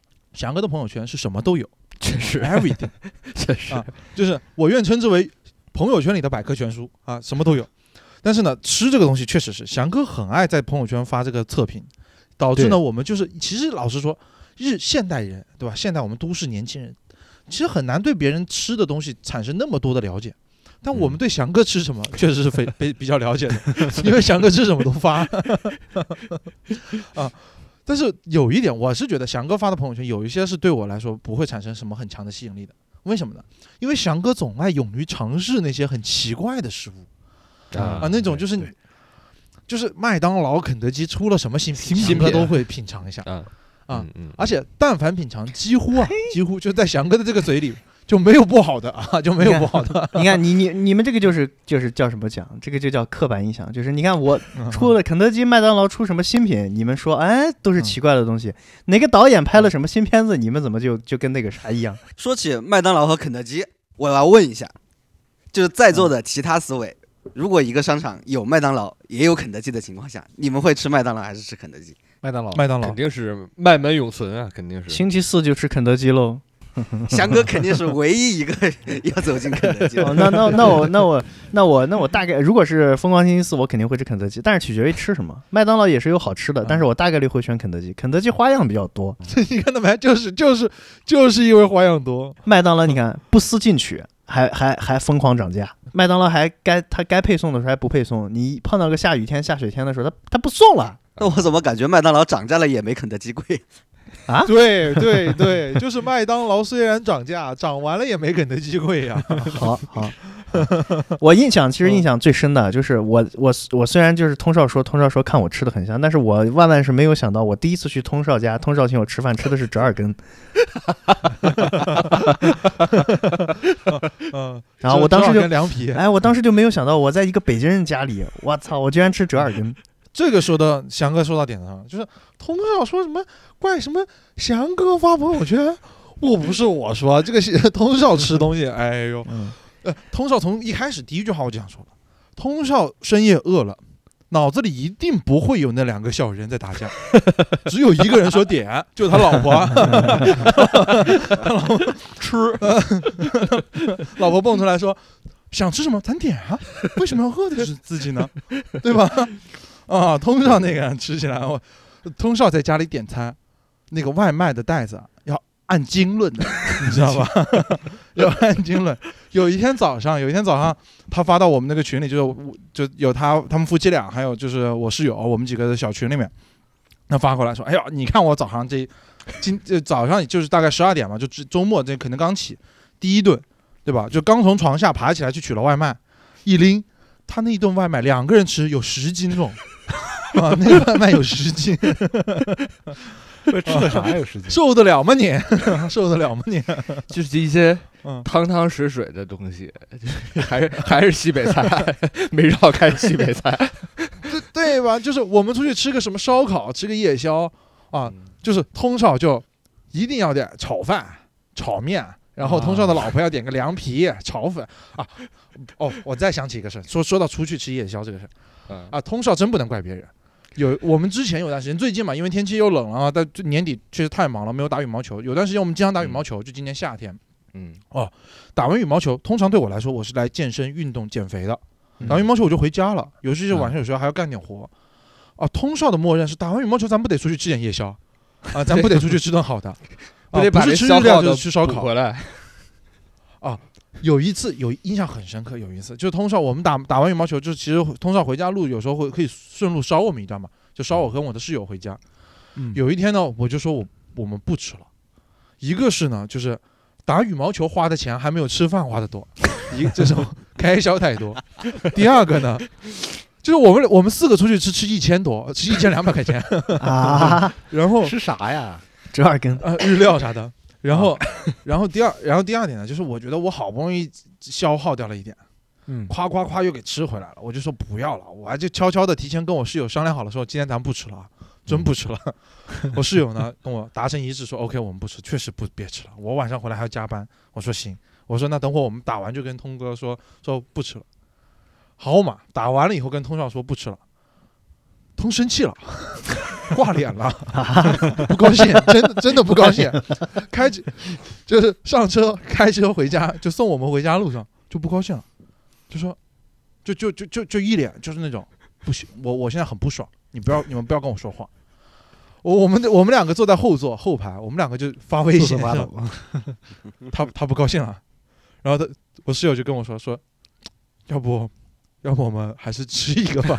翔哥的朋友圈是什么都有， 确实 everything， 确实、 啊，就是我愿称之为朋友圈里的百科全书啊，什么都有。但是呢，吃这个东西确实是翔哥很爱在朋友圈发这个测评，导致呢我们就是其实老实说，日现代人对吧？现代我们都市年轻人，其实很难对别人吃的东西产生那么多的了解。但我们对翔哥吃什么确实是非比比较了解的，因为翔哥吃什么都发啊。但是有一点，我是觉得翔哥发的朋友圈有一些是对我来说不会产生什么很强的吸引力的。为什么呢？因为翔哥总爱勇于尝试那些很奇怪的食物啊，啊那种就是你就是麦当劳、肯德基出了什么新品，翔哥都会品尝一下啊啊、嗯嗯！而且但凡品尝，几乎啊几乎就在翔哥的这个嘴里。就没有不好的啊，就没有不好的。 你看，你你你们这个就是就是叫什么讲？这个就叫刻板印象。就是你看我出了肯德基、麦当劳出什么新品，你们说哎都是奇怪的东西。哪个导演拍了什么新片子，你们怎么就就跟那个啥一样？ 说起麦当劳和肯德基，我要问一下，就是在座的其他四位，如果一个商场有麦当劳也有肯德基的情况下，你们会吃麦当劳还是吃肯德基？ 麦当劳， 麦当劳肯定是麦门永存啊，肯定是。 星期四就吃肯德基喽。 翔哥肯定是唯一一个要走进肯德基。 哦，那那那我那我那我那我大概如果是疯狂星期四，我肯定会吃肯德基，但是取决于吃什么。麦当劳也是有好吃的，但是我大概率会选肯德基。肯德基花样比较多， 你看到没？就是就是就是因为花样多。 麦当劳你看不思进取，还还还疯狂涨价。麦当劳还该它该配送的时候还不配送，你碰到个下雨天下雪天的时候，它它不送了。 那我怎么感觉麦当劳涨价了也没肯德基贵？ 啊， 对对对，就是麦当劳虽然涨价，涨完了也没肯德基贵呀。 好好，我印象其实印象最深的就是我我我虽然就是通少说通少说看我吃的很香，但是我万万是没有想到，我第一次去通少家，通少请我吃饭吃的是折耳根。 嗯， 然后我当时就凉皮， 哎，我当时就没有想到我在一个北京人家里，我操，我居然吃折耳根。 这个说的翔哥说到点子上，就是通少说什么怪什么翔哥发朋友圈，我不是我说这个通少吃东西，哎呦， 嗯、 呃，通少从一开始第一句话我就想说了，通少深夜饿了，脑子里一定不会有那两个小人在打架，只有一个人说点，就是他老婆，他老婆吃，老婆蹦出来说想吃什么咱点啊，为什么要饿的是自己呢？对吧？啊，通少那个人吃起来，我通少在家里点餐，那个外卖的袋子要按斤论的，你知道吧？要按斤论。有一天早上，有一天早上，他发到我们那个群里，就是就有他他们夫妻俩，还有就是我室友，我们几个的小群里面，那发过来说，哎呀，你看我早上这今就早上就是大概十二点嘛，就周末这可能刚起第一顿，对吧？就刚从床下爬起来去取了外卖，一拎。他那一顿外卖两个人吃有十斤重啊，那个外卖有十斤， 吃个啥有十斤？ 受得了吗你？受得了吗你？ 就是一些汤汤水水的东西，还是还是西北菜，没绕开西北菜， 对对吧？就是我们出去吃个什么烧烤，吃个夜宵啊，就是通少就一定要点炒饭、炒面。然后通少的老婆要点个凉皮、炒粉啊，哦，我再想起一个事，说说到出去吃夜宵这个事，啊，通少真不能怪别人。有我们之前有段时间，最近嘛，因为天气又冷了啊，但年底确实太忙了，没有打羽毛球。有段时间我们经常打羽毛球，就今年夏天，嗯，哦，打完羽毛球，通常对我来说，我是来健身、运动、减肥的。打完羽毛球我就回家了，尤其是晚上有时候还要干点活。啊，通少的默认是打完羽毛球，咱不得出去吃点夜宵啊，咱不得出去吃顿好的。 不得把这消耗的吃烧烤回来啊！有一次有印象很深刻，有一次就是通少我们打打完羽毛球，就其实通少回家路有时候会可以顺路捎我们一段嘛，就捎我跟我的室友回家。嗯、有一天呢，我就说我我们不吃了，一个是呢就是打羽毛球花的钱还没有吃饭花的多，一这种开销太多。第二个呢，就是我们我们四个出去吃吃一千多，吃一千两百块钱啊， 然后吃啥呀？ 折耳根呃日料啥的，然后，然后第二，然后第二点呢，就是我觉得我好不容易消耗掉了一点，嗯，夸夸夸又给吃回来了，我就说不要了，我还就悄悄的提前跟我室友商量好了，说今天咱不吃了，真不吃了。嗯、我室友呢跟我达成一致说 ，OK， 我们不吃，确实不别吃了，我晚上回来还要加班。我说行，我说那等会我们打完就跟通哥说说不吃了。好嘛，打完了以后跟通少说不吃了。通生气了，挂脸了，不高兴，真的真的不高兴。开就是上车开车回家，就送我们回家路上就不高兴了。 就说，就就就就就一脸就是那种不行，我我现在很不爽，你不要你们不要跟我说话。我我们我们两个坐在后座后排，我们两个就发微信，他他不高兴了，然后他我室友就跟我说说，要不要不我们还是吃一个吧。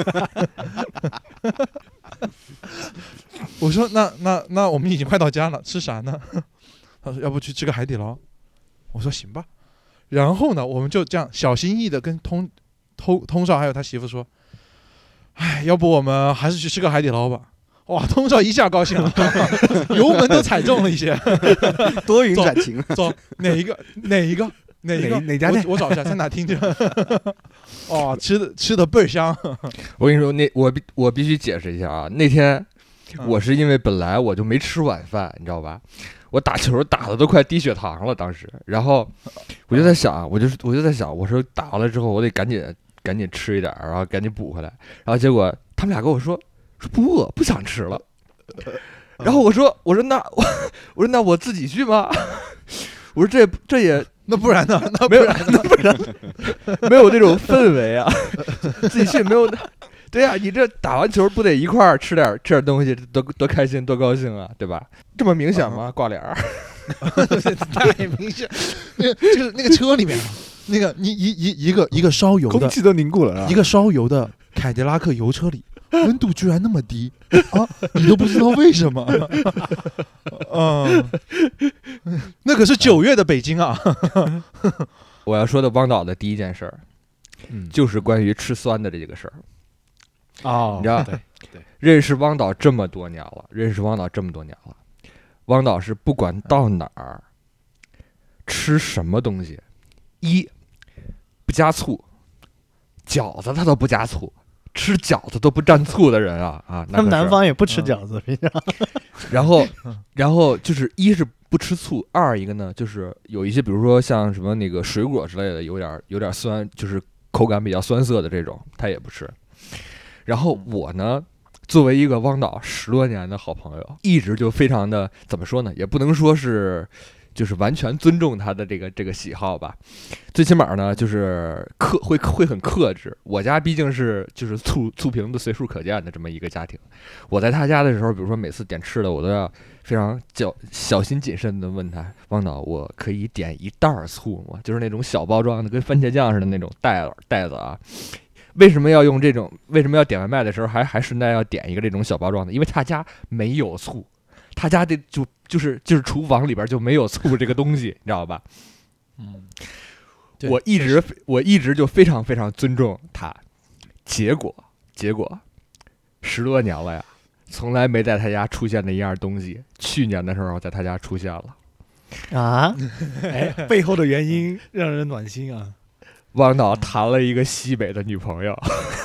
我说那那那我们已经快到家了，吃啥呢？他说要不去吃个海底捞。我说行吧。然后呢，我们就这样小心翼翼的跟通通通少还有他媳妇说，哎，要不我们还是去吃个海底捞吧。哇，通少一下高兴了，油门都踩中了一些。 多云转晴。 走，哪一个？哪一个？哪一个？ 哪家店？ 我, 我找一下，在哪听着？哦，吃的吃的倍儿香。 我跟你说，那我必我必须解释一下啊，那天我是因为本来我就没吃晚饭，你知道吧？我打球打的都快低血糖了，当时，然后我就在想，我就我就在想，我说打完了之后，我得赶紧赶紧吃一点，然后赶紧补回来。然后结果他们俩跟我说说不饿，不想吃了。然后我说我说那我我说那我自己去吗？我说这这也那不然呢？那没有那不然没有那种氛围啊，自己去没有。对呀、啊，你这打完球不得一块儿吃点吃点东西，多多开心多高兴啊，对吧？这么明显吗？挂脸儿， 太明显。那个就是那个车里面，那个一一一一个一个烧油的， 空气都凝固了， 一个烧油的凯迪拉克油车里，温度居然那么低啊！你都不知道为什么。嗯，那可是九月的北京啊。 我要说的汪导的第一件事儿， 嗯， 就是关于吃酸的这个事儿。 哦， 你知道， 对对， 认识汪导这么多年了，认识汪导这么多年了，汪导是不管到哪儿吃什么东西，一不加醋，饺子他都不加醋，吃饺子都不蘸醋的人啊啊！ 他们南方也不吃饺子，平常。 然后，然后就是一是不吃醋，二一个呢就是有一些，比如说像什么那个水果之类的，有点有点酸，就是口感比较酸涩的这种，他也不吃。然后我呢，作为一个汪导十多年的好朋友，一直就非常的怎么说呢，也不能说是就是完全尊重他的这个这个喜好吧，最起码呢就是克会会很克制。我家毕竟是就是醋醋瓶子随处可见的这么一个家庭，我在他家的时候，比如说每次点吃的，我都要非常小小心谨慎的问他，汪导，我可以点一袋醋吗？就是那种小包装的，跟番茄酱似的那种袋子袋子啊。为什么要用这种？为什么要点外卖的时候还还顺带要点一个这种小包装的？因为他家没有醋，他家这就就是就是厨房里边就没有醋这个东西，你知道吧？ 嗯， 我一直我一直就非常非常尊重他，结果结果十多年了呀，从来没在他家出现的一样东西，去年的时候在他家出现了啊！ 哎，背后的原因让人暖心啊。 汪导谈了一个西北的女朋友，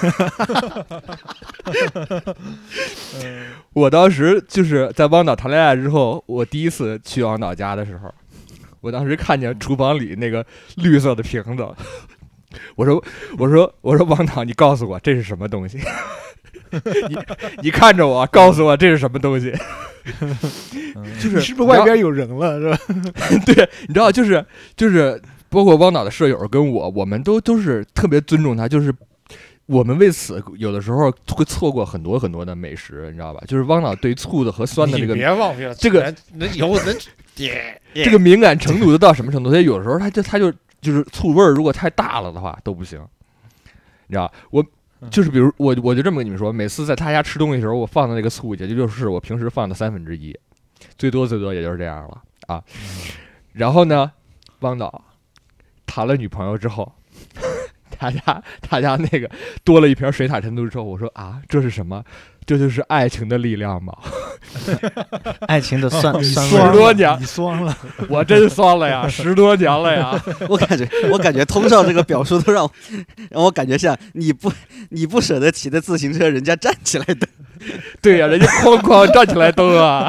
我当时就是在汪导谈恋爱之后，我第一次去汪导家的时候，我当时看见厨房里那个绿色的瓶子，我说我说我说汪导，你告诉我这是什么东西？你你看着我，告诉我这是什么东西？就是是不是外边有人了是吧？ 对，你知道，就是就是。包括汪导的舍友跟我，我们都都是特别尊重他，就是我们为此有的时候会错过很多很多的美食，你知道吧？就是汪导对醋的和酸的这个， 别忘记了这个那以后能这个敏感程度都到什么程度？所以有的时候他就他就就是醋味儿如果太大了的话都不行，你知道？我就是比如我我就这么跟你们说，每次在他家吃东西的时候，我放的那个醋也就就是我平时放的三分之一，最多最多也就是这样了啊。然后呢，汪导谈了女朋友之后，他家他家那个多了一瓶水塔珍珠之后，我说啊，这是什么？这就是爱情的力量吗？ 爱情的酸酸十味。 多年， 你酸了， 我真酸了呀，十多年了呀。 我感觉我感觉通少这个表述都让我让我感觉像你不你不舍得骑的自行车，人家站起来蹬。 对呀、啊，人家哐哐站起来蹬啊。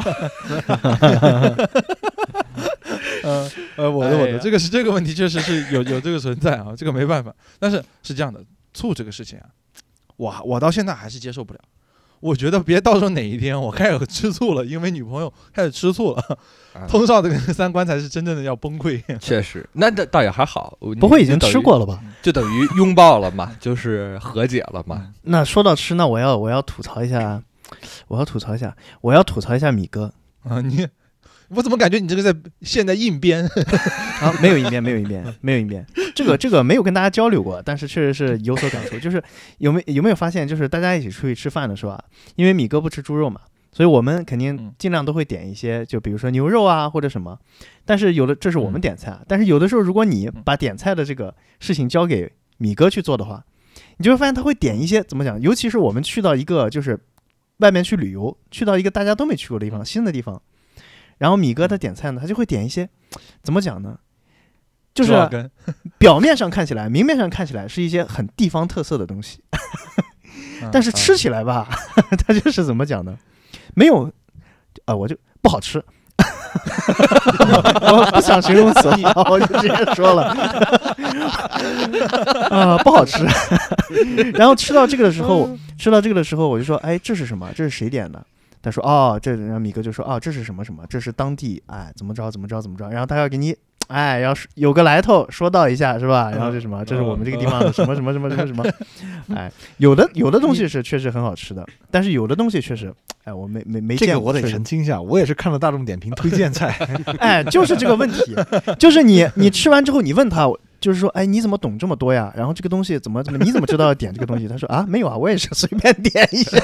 呃呃，我的我的、 哎呀这个是这个问题确实是有有这个存在啊，这个没办法。但是是这样的，醋这个事情啊，我我到现在还是接受不了。 我觉得别到时候哪一天我开始吃醋了，因为女朋友开始吃醋了， 啊通少这个三观才是真正的要崩溃。 确实，那倒倒也还好， 不会已经就等于吃过了吧？ 就等于拥抱了嘛，就是和解了嘛。 那说到吃，那我要我要吐槽一下，我要吐槽一下，我要吐槽一下米哥啊，你我怎么感觉你这个在现在硬编啊？没有应变，没有应变，没有应变。这个这个没有跟大家交流过，但是确实是有所感触。就是有没有没有发现，就是大家一起出去吃饭的时候啊，因为米哥不吃猪肉嘛，所以我们肯定尽量都会点一些，就比如说牛肉啊或者什么。但是有的这是我们点菜啊，但是有的时候如果你把点菜的这个事情交给米哥去做的话，你就会发现他会点一些怎么讲？尤其是我们去到一个就是外面去旅游，去到一个大家都没去过的地方，新的地方。然后米哥他点菜呢，他就会点一些，怎么讲呢？就是表面上看起来，明面上看起来是一些很地方特色的东西，但是吃起来吧，他就是怎么讲呢？没有，啊、呃，我就不好吃。我不想形容词，我就直接说了，啊、呃，不好吃。然后吃到这个的时候，吃到这个的时候，我就说，哎，这是什么？这是谁点的？他说哦，这然后米哥就说哦，这是什么什么，这是当地哎怎么着怎么着怎么着，然后他要给你哎要有个来头说道一下是吧？然后这什么，这是我们这个地方的什么什么什么什么什么，哎，有的有的东西是确实很好吃的，但是有的东西确实哎我没没没见过。 这个我得澄清一下，我也是看了大众点评推荐菜， 哎，就是这个问题，就是你你吃完之后你问他。就是说，哎，你怎么懂这么多呀？然后这个东西怎么怎么，你怎么知道要点这个东西？他说啊，没有啊，我也是随便点一下。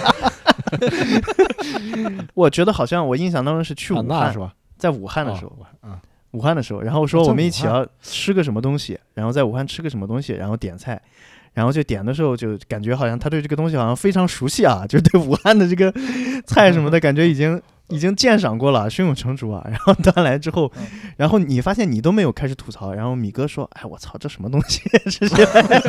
我觉得好像我印象当中是去武汉、 啊、是吧？ 在武汉的时候， 哦啊、 武汉的时候，然后说我们一起要吃个什么东西，然后在武汉吃个什么东西，然后点菜，然后就点的时候就感觉好像他对这个东西好像非常熟悉啊，就对武汉的这个菜什么的感觉已经。已经鉴赏过了，胸有成竹啊。然后端来之后，然后你发现你都没有开始吐槽，然后米哥说：“哎，我操，这什么东西？”这是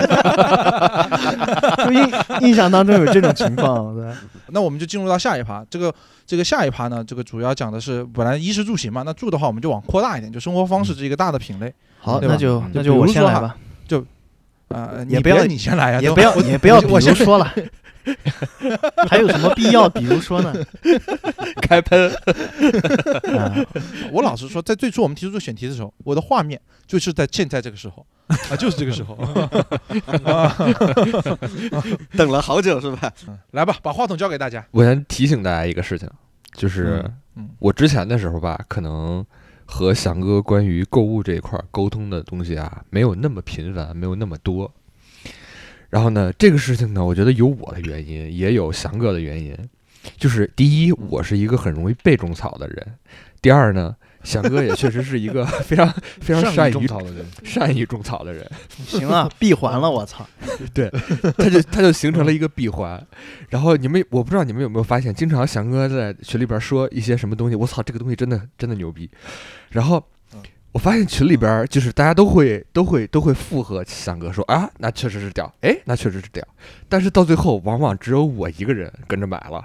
就印印象当中有这种情况。对， 那我们就进入到下一趴。这个这个下一趴呢，这个主要讲的是本来衣食住行嘛，那住的话我们就往扩大一点，就生活方式这一个大的品类。 好，那就那就我先来吧。 就啊、呃， 也不要你先来啊， 也不要也不要，比如说了。还有什么必要？比如说呢？ 开喷、 啊！我老实说，在最初我们提出这个选题的时候，我的画面就是在现在这个时候啊，就是这个时候，啊、 等了好久是吧？ 来吧，把话筒交给大家。 我先提醒大家一个事情，就是我之前的时候吧，可能和翔哥关于购物这一块沟通的东西啊，没有那么频繁，没有那么多。然后呢，这个事情呢，我觉得有我的原因，也有翔哥的原因。就是第一，我是一个很容易被种草的人；第二呢，翔哥也确实是一个非常非常善于种草的人， 善于种草的人。 行啊，闭环了，我操！ 对，他就他就形成了一个闭环。然后你们，我不知道你们有没有发现，经常翔哥在群里边说一些什么东西，我操，这个东西真的真的牛逼。然后。我发现群里边就是大家都会都会都会附和翔哥说啊，那确实是屌，哎，那确实是屌，但是到最后往往只有我一个人跟着买了，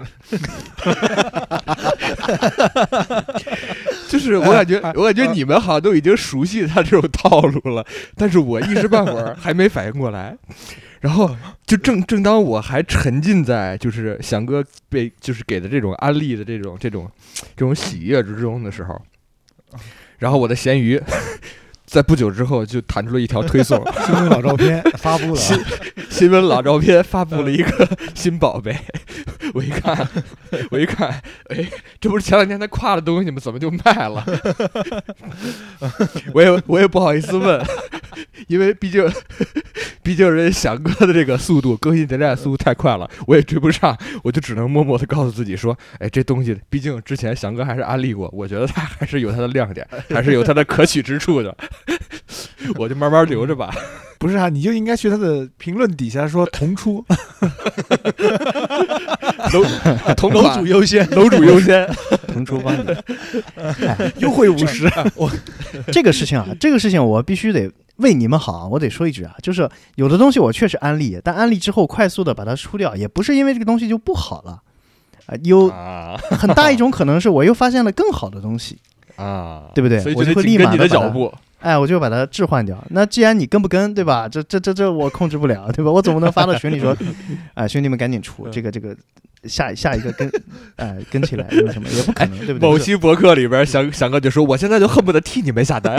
就是我感觉我感觉你们好像都已经熟悉他这种套路了，但是我一时半会儿还没反应过来，然后就正正当我还沉浸在就是翔哥被就是给的这种安利的这种这种这种喜悦之中的时候。然后我的闲鱼在不久之后就弹出了一条推送， 新闻老照片发布了， 新新闻老照片发布了一个新宝贝，我一看，我一看，哎，这不是前两天他夸的东西吗？怎么就卖了？我也我也不好意思问，因为毕竟毕竟人翔哥的这个速度更新迭代的速度太快了，我也追不上，我就只能默默的告诉自己说，哎，这东西毕竟之前翔哥还是安利过，我觉得他还是有他的亮点，还是有他的可取之处的。我就慢慢留着吧。 不是啊，你就应该学他的评论底下说同出， 楼同楼主优先， 楼主优先， 同出帮你， 哎、优惠五十。 我这个事情啊，这个事情我必须得为你们好，我得说一句啊，就是有的东西我确实安利，但安利之后快速的把它出掉，也不是因为这个东西就不好了啊，有很大一种可能是我又发现了更好的东西。 啊， 对不对？ 所以我就会立马你的脚步， 哎，我就把它置换掉。那既然你跟不跟，对吧？这这这这我控制不了，对吧？我总不能发到群里说，哎，兄弟们赶紧出这个这个下下一个跟哎、跟起来用什么也不可能，对不对？ 某期博客里边，翔翔哥就说：“我现在就恨不得替你们下单。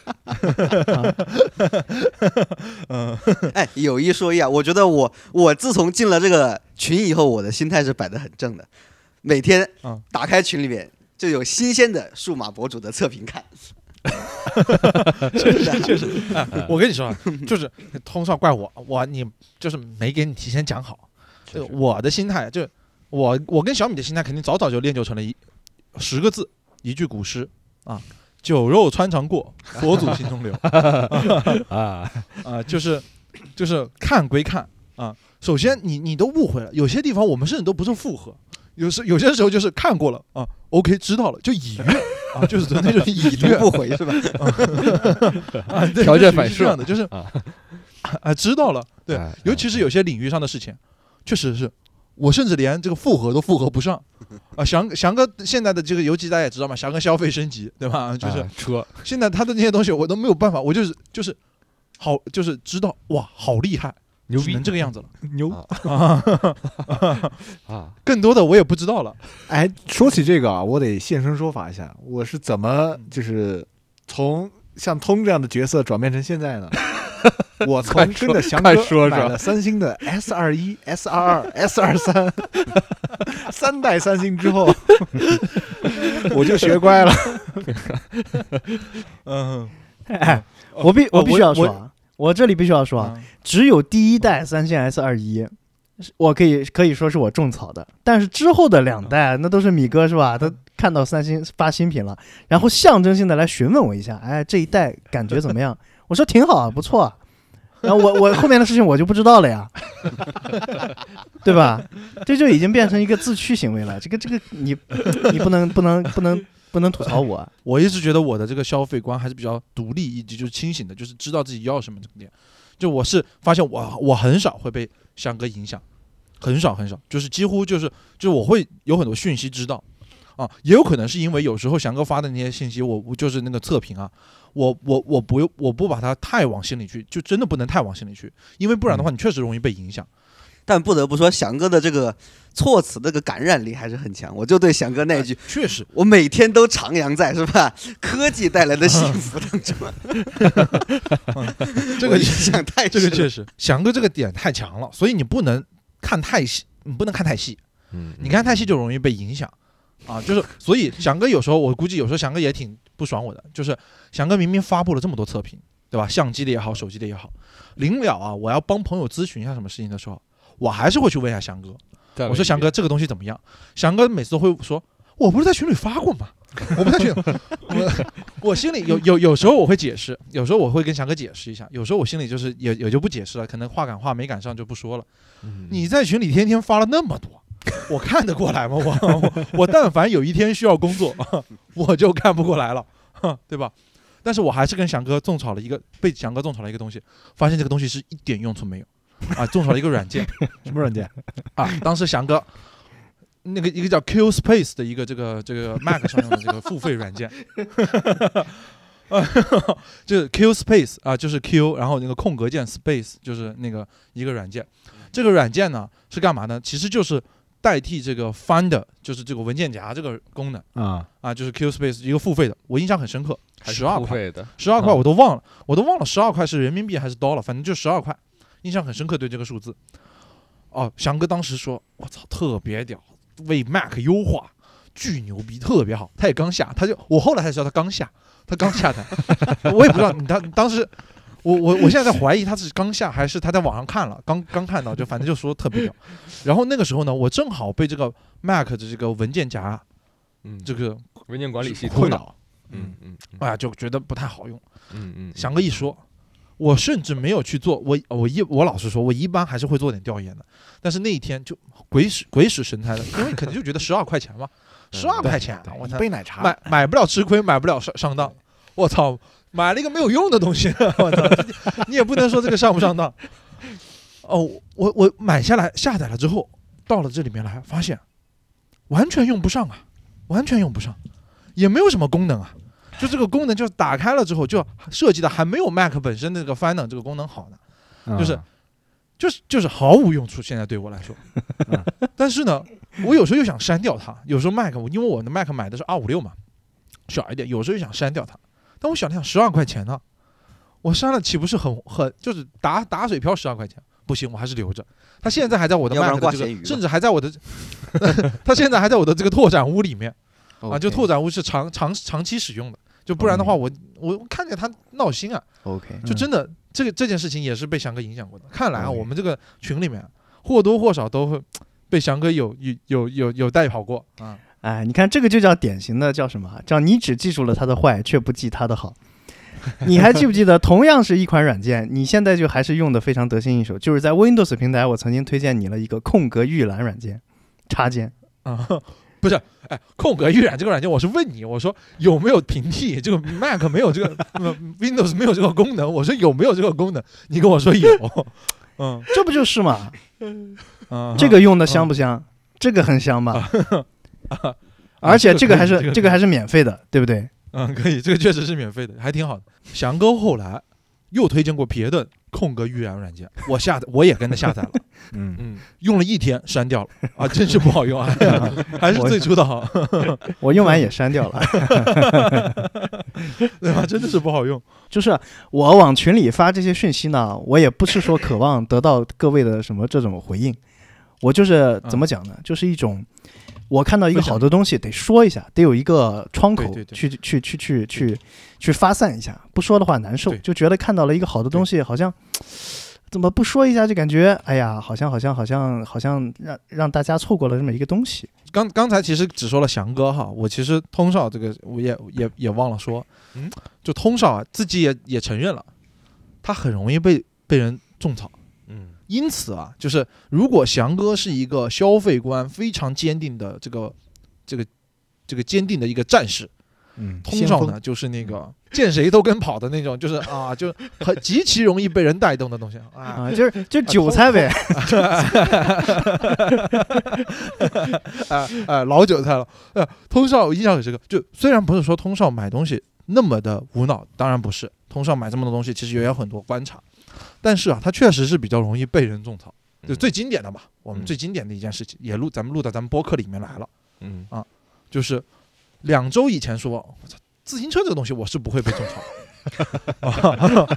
嗯， 哎，有一说一啊，我觉得我我自从进了这个群以后，我的心态是摆得很正的，每天嗯打开群里面就有新鲜的数码博主的测评看。 确实确实，啊我跟你说啊，就是通少怪我，我你就是没给你提前讲好。这个我的心态就我我跟小米的心态肯定早早就练就成了一十个字一句古诗啊，酒肉穿肠过，佛祖心中留啊啊，就是就是看归看啊，首先你你都误会了，有些地方我们甚至都不是附和。有时有些时候就是看过了啊 ，OK 知道了就已阅啊，就是纯粹就是已阅不回是吧？ 啊，对条件反射是这样的，就是啊啊知道了，对哎， 尤其是有些领域上的事情，确实是我甚至连这个复合都复合不上啊。翔翔哥现在的这个游击大家也知道嘛，翔哥消费升级对吧？就是啊车现在他的那些东西我都没有办法，我就是就是好就是知道哇好厉害。 牛逼只能这个样子了， 牛啊！ 啊！ 更多的我也不知道了。 哎，说起这个啊，我得现身说法一下，我是怎么就是从像通这样的角色转变成现在呢？我从跟着翔哥快说说买了三星的 S 二一、S 二二、S 二三三代三星之后，我就学乖了。 嗯， 哎，我必我必须要说我啊，我这里必须要说啊， 嗯只有第一代三星 S 二一，我可以可以说是我种草的，但是之后的两代那都是米哥是吧？他看到三星发新品了，然后象征性的来询问我一下，哎，这一代感觉怎么样？我说挺好啊，不错啊。然后我我后面的事情我就不知道了呀，对吧？这就已经变成一个自驱行为了。这个这个你你不能不能不能不能吐槽我啊。 我一直觉得我的这个消费观还是比较独立以及就是清醒的，就是知道自己要什么这个点。就我是发现我我很少会被翔哥影响，很少很少，就是几乎就是就是我会有很多讯息知道啊，也有可能是因为有时候翔哥发的那些信息，我我就是那个测评啊，我我我不我不把它太往心里去，就真的不能太往心里去，因为不然的话你确实容易被影响。 但不得不说，翔哥的这个措辞这个感染力还是很强。我就对翔哥那一句， 确实， 我每天都徜徉在是吧？科技带来的幸福当中， 这个印象太这个深确实，翔哥这个点太强了，所以你不能看太细，你不能看太细， 嗯， 你看太细就容易被影响。啊，就是所以翔哥有时候我估计有时候翔哥也挺不爽我的，就是翔哥明明发布了这么多测评，对吧？相机的也好，手机的也好，临了啊，我要帮朋友咨询一下什么事情的时候，我还是会去问一下翔哥。我说翔哥这个东西怎么样？翔哥每次都会说，我不是在群里发过吗？我不在群里，我我心里有有有时候我会解释，有时候我会跟翔哥解释一下，有时候我心里就是也也就不解释了，可能话赶话没赶上就不说了。 嗯你在群里天天发了那么多。我看得过来吗？我我我但凡有一天需要工作，我就看不过来了，对吧？但是我还是跟翔哥种草了一个，被翔哥种草了一个东西，发现这个东西是一点用处没有啊！种草了一个软件， 什么软件啊？当时翔哥那个一个叫 Q Space 的一个这个这个 Mac 上用的这个付费软件，就是 Q Space 啊，就是 Q， 然后那个空格键 Space 就是那个一个软件。这个软件呢是干嘛呢？其实就是代替这个 Finder， 就是这个文件夹这个功能啊啊，就是 Q Space 一个付费的，我印象很深刻，十二块， 费的， 十二块我都忘了，我都忘了十二块是人民币还是 dollar， 反正就十二块，印象很深刻对这个数字。哦，翔哥当时说，我操，特别屌，为 Mac 优化，巨牛逼，特别好。他也刚下，他就我后来才知道他刚下，他刚下台，我也不知道你他当时。我我我现在在怀疑他是刚下还是他在网上看了，刚刚看到，就反正就说特别屌。然后那个时候呢，我正好被这个 Mac 的这个文件夹， 嗯， 这个文件管理系统困扰， 嗯嗯哎呀，就觉得不太好用。 嗯嗯， 翔哥一说，我甚至没有去做，我我一我老实说，我一般还是会做点调研的。但是那一天就鬼使鬼使神差的，因为可能就觉得十二块钱嘛，十二块钱，我一操， 杯奶茶买买不了吃亏，买不了上上当，我操！买了一个没有用的东西，我操！你也不能说这个上不上当。哦，我我买下来下载了之后，到了这里面来，发现完全用不上啊，完全用不上，也没有什么功能啊。就这个功能，就是打开了之后，就设计的还没有 Mac 本身的这个 Finder 这个功能好呢，就是就是就是毫无用处。现在对我来说，但是呢， 我有时候又想删掉它，有时候 Mac 因为我的 Mac 买的是二五六嘛，小一点，有时候又想删掉它，但我想了想，十二块钱呢，我删了岂不是很很就是打打水漂十二块钱？不行，我还是留着。它现在还在我的要不然 Mac 的这个， 挂咸鱼吧甚至还在我的，它现在还在我的这个拓展屋里面啊， OK 就拓展屋是长长长期使用的，就不然的话我我看见它闹心啊， OK， 就真的这个这件事情也是被翔哥影响过的。看来啊， OK 我们这个群里面或多或少都会被翔哥有有有有有带跑过啊。 哎，你看这个就叫典型的叫什么？叫你只记住了它的坏，却不记它的好。你还记不记得，同样是一款软件，你现在就还是用的非常得心应手？就是在 Windows 平台，我曾经推荐你了一个空格预览软件，插件啊，不是，哎，空格预览这个软件，我是问你，我说有没有平替？这个 Mac 没有这个，Windows 没有这个功能，我说有没有这个功能？你跟我说有，嗯， 这不就是嘛？ 啊， 这个用的香不香？这个很香吧？而且这个还是这个还是免费的，对不对？ 嗯，可以，这个确实是免费的，还挺好的。翔哥后来又推荐过别的空格预览软件，我下载，我也跟他下载了， 嗯嗯，用了一天删掉了啊，真是不好用啊，还是最初的好， 我用完也删掉了， 对吧？真的是不好用。 就是我往群里发这些讯息呢，我也不是说渴望得到各位的什么这种回应，我就是怎么讲呢？就是一种。我看到一个好的东西，得说一下，得有一个窗口去去去去去去发散一下，不说的话难受，就觉得看到了一个好的东西，好像怎么不说一下就感觉，哎呀，好像好像好像好像让让大家错过了这么一个东西。 刚刚才其实只说了翔哥哈，我其实通少这个我也也也忘了说，嗯，就通少啊自己也也承认了，他很容易被被人种草。 嗯， 因此啊，就是如果翔哥是一个消费观非常坚定的这个这个这个坚定的一个战士， 嗯， 通少呢就是那个见谁都跟跑的那种，就是啊，就很极其容易被人带动的东西啊， 啊就是就韭菜呗， 啊啊老韭菜了。呃，通少我印象有这个，就虽然不是说通少买东西那么的无脑，当然不是，通少买这么多东西其实也有很多观察。但是啊，他确实是比较容易被人种草，就最经典的嘛，我们最经典的一件事情，也录咱们录到咱们播客里面来了， 嗯啊，就是两周以前说，我操，自行车这个东西我是不会被种草，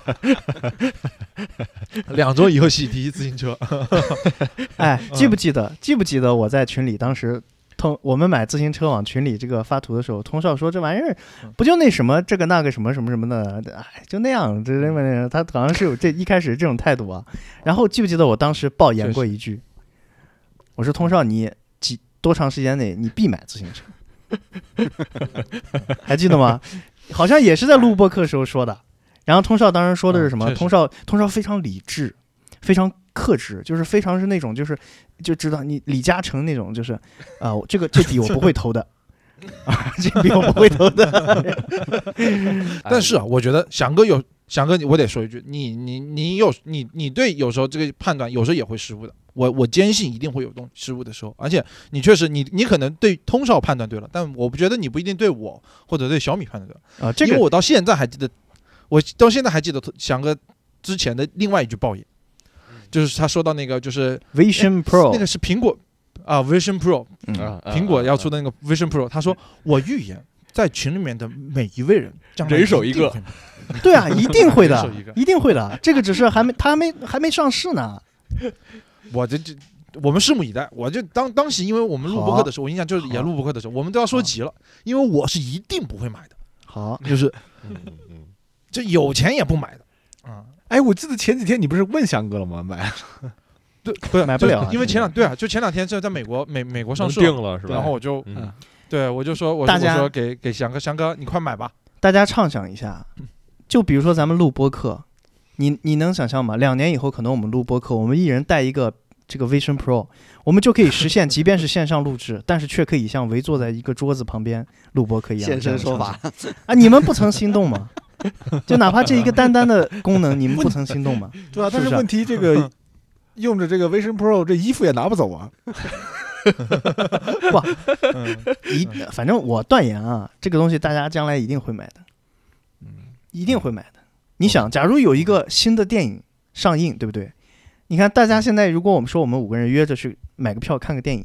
两周以后洗第一自行车， 哎，记不记得？记不记得我在群里当时？通我们买自行车往群里这个发图的时候，通少说这玩意儿不就那什么这个那个什么什么什么的，哎，就那样，这那么他好像是有这一开始这种态度啊。然后记不记得我当时爆言过一句，我说通少你几多长时间内你必买自行车，还记得吗？好像也是在录播课时候说的。然后通少当时说的是什么？ 嗯、 通少通少非常理智，非常克制，就是非常是那种就是就知道你李嘉诚那种就是啊、呃，这个这笔我不会投的啊，这笔我不会投的。 但是啊，我觉得翔哥有翔哥，我得说一句，你你你有你你对有时候这个判断有时候也会失误的。我我坚信一定会有东失误的时候，而且你确实你你可能对通少判断对了，但我不觉得你不一定对我或者对小米判断对了啊。这个因为我到现在还记得，我到现在还记得翔哥之前的另外一句爆言。就是他说到那个就是 Vision Pro， 那个是苹果啊 Vision Pro， 嗯， 苹果要出的那个 Vision Pro， 他说我预言在群里面的每一位人将来人手一个， 对啊，一定会的，一定会的，这个只是还没他还没还没上市呢。 我这这我们拭目以待。我就当当时因为我们录播客的时候，我印象就是也录播客的时候，我们都要说急了，因为我是一定不会买的。 好， 就是嗯嗯， 就有钱也不买的啊。 哎，我记得前几天你不是问翔哥了吗？买， 对，不是买不了、啊， 因为前两对啊，就前两天是在美国美美国上市定了是吧？ 然后我就， 嗯、 对我就说，我大家我说给给翔哥，翔哥你快买吧。 大家畅想一下，就比如说咱们录播课，你你能想象吗？两年以后可能我们录播课，我们一人带一个这个 Vision Pro， 我们就可以实现，即便是线上录制，但是却可以像围坐在一个桌子旁边录播课一样。 现身说法啊！你们不曾心动吗？就哪怕这一个单单的功能，你们不曾心动吗？ 对啊，但是问题这个用着这个 Vision Pro， 这衣服也拿不走啊。 不，一反正我断言啊，这个东西大家将来一定会买的，一定会买的。你想，假如有一个新的电影上映，对不对？你看，大家现在如果我们说我们五个人约着去买个票看个电影，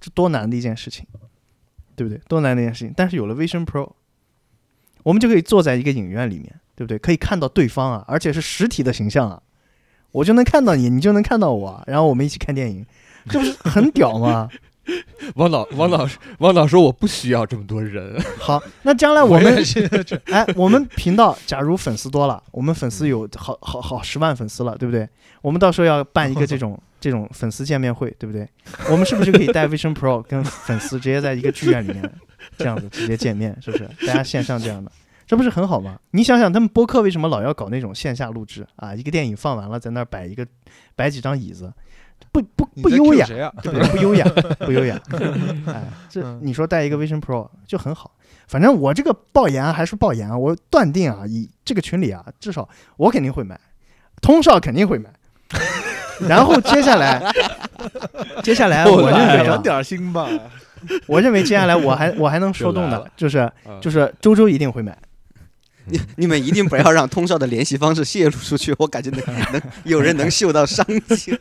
这多难的一件事情，对不对？多难的一件事情。但是有了 Vision Pro， 我们就可以坐在一个影院里面，对不对？可以看到对方啊，而且是实体的形象啊，我就能看到你，你就能看到我，然后我们一起看电影，这不是很屌吗？ 王导，王导，王导说我不需要这么多人。 好，那将来我们也是哎，我们频道假如粉丝多了，我们粉丝有好好好十万粉丝了，对不对？我们到时候要办一个这种这种粉丝见面会，对不对？我们是不是就可以带 Vision Pro 跟粉丝直接在一个剧院里面这样子直接见面，是不是？大家线上这样的，这不是很好吗？你想想，他们播客为什么老要搞那种线下录制啊？一个电影放完了，在那儿摆一个摆几张椅子。不不不优雅， 谁啊？ 对不对？不优雅，不优雅。哎，这你说带一个 Vision Pro 就很好。反正我这个爆言还是爆言啊，我断定啊，以这个群里啊，至少我肯定会买，通少肯定会买。然后接下来，接下来我认为啊， 点心吧。 我认为接下来我还我还能说动的，就是就是周周一定会买。 你你们一定不要让通少的联系方式泄露出去，我感觉能能有人能嗅到商机。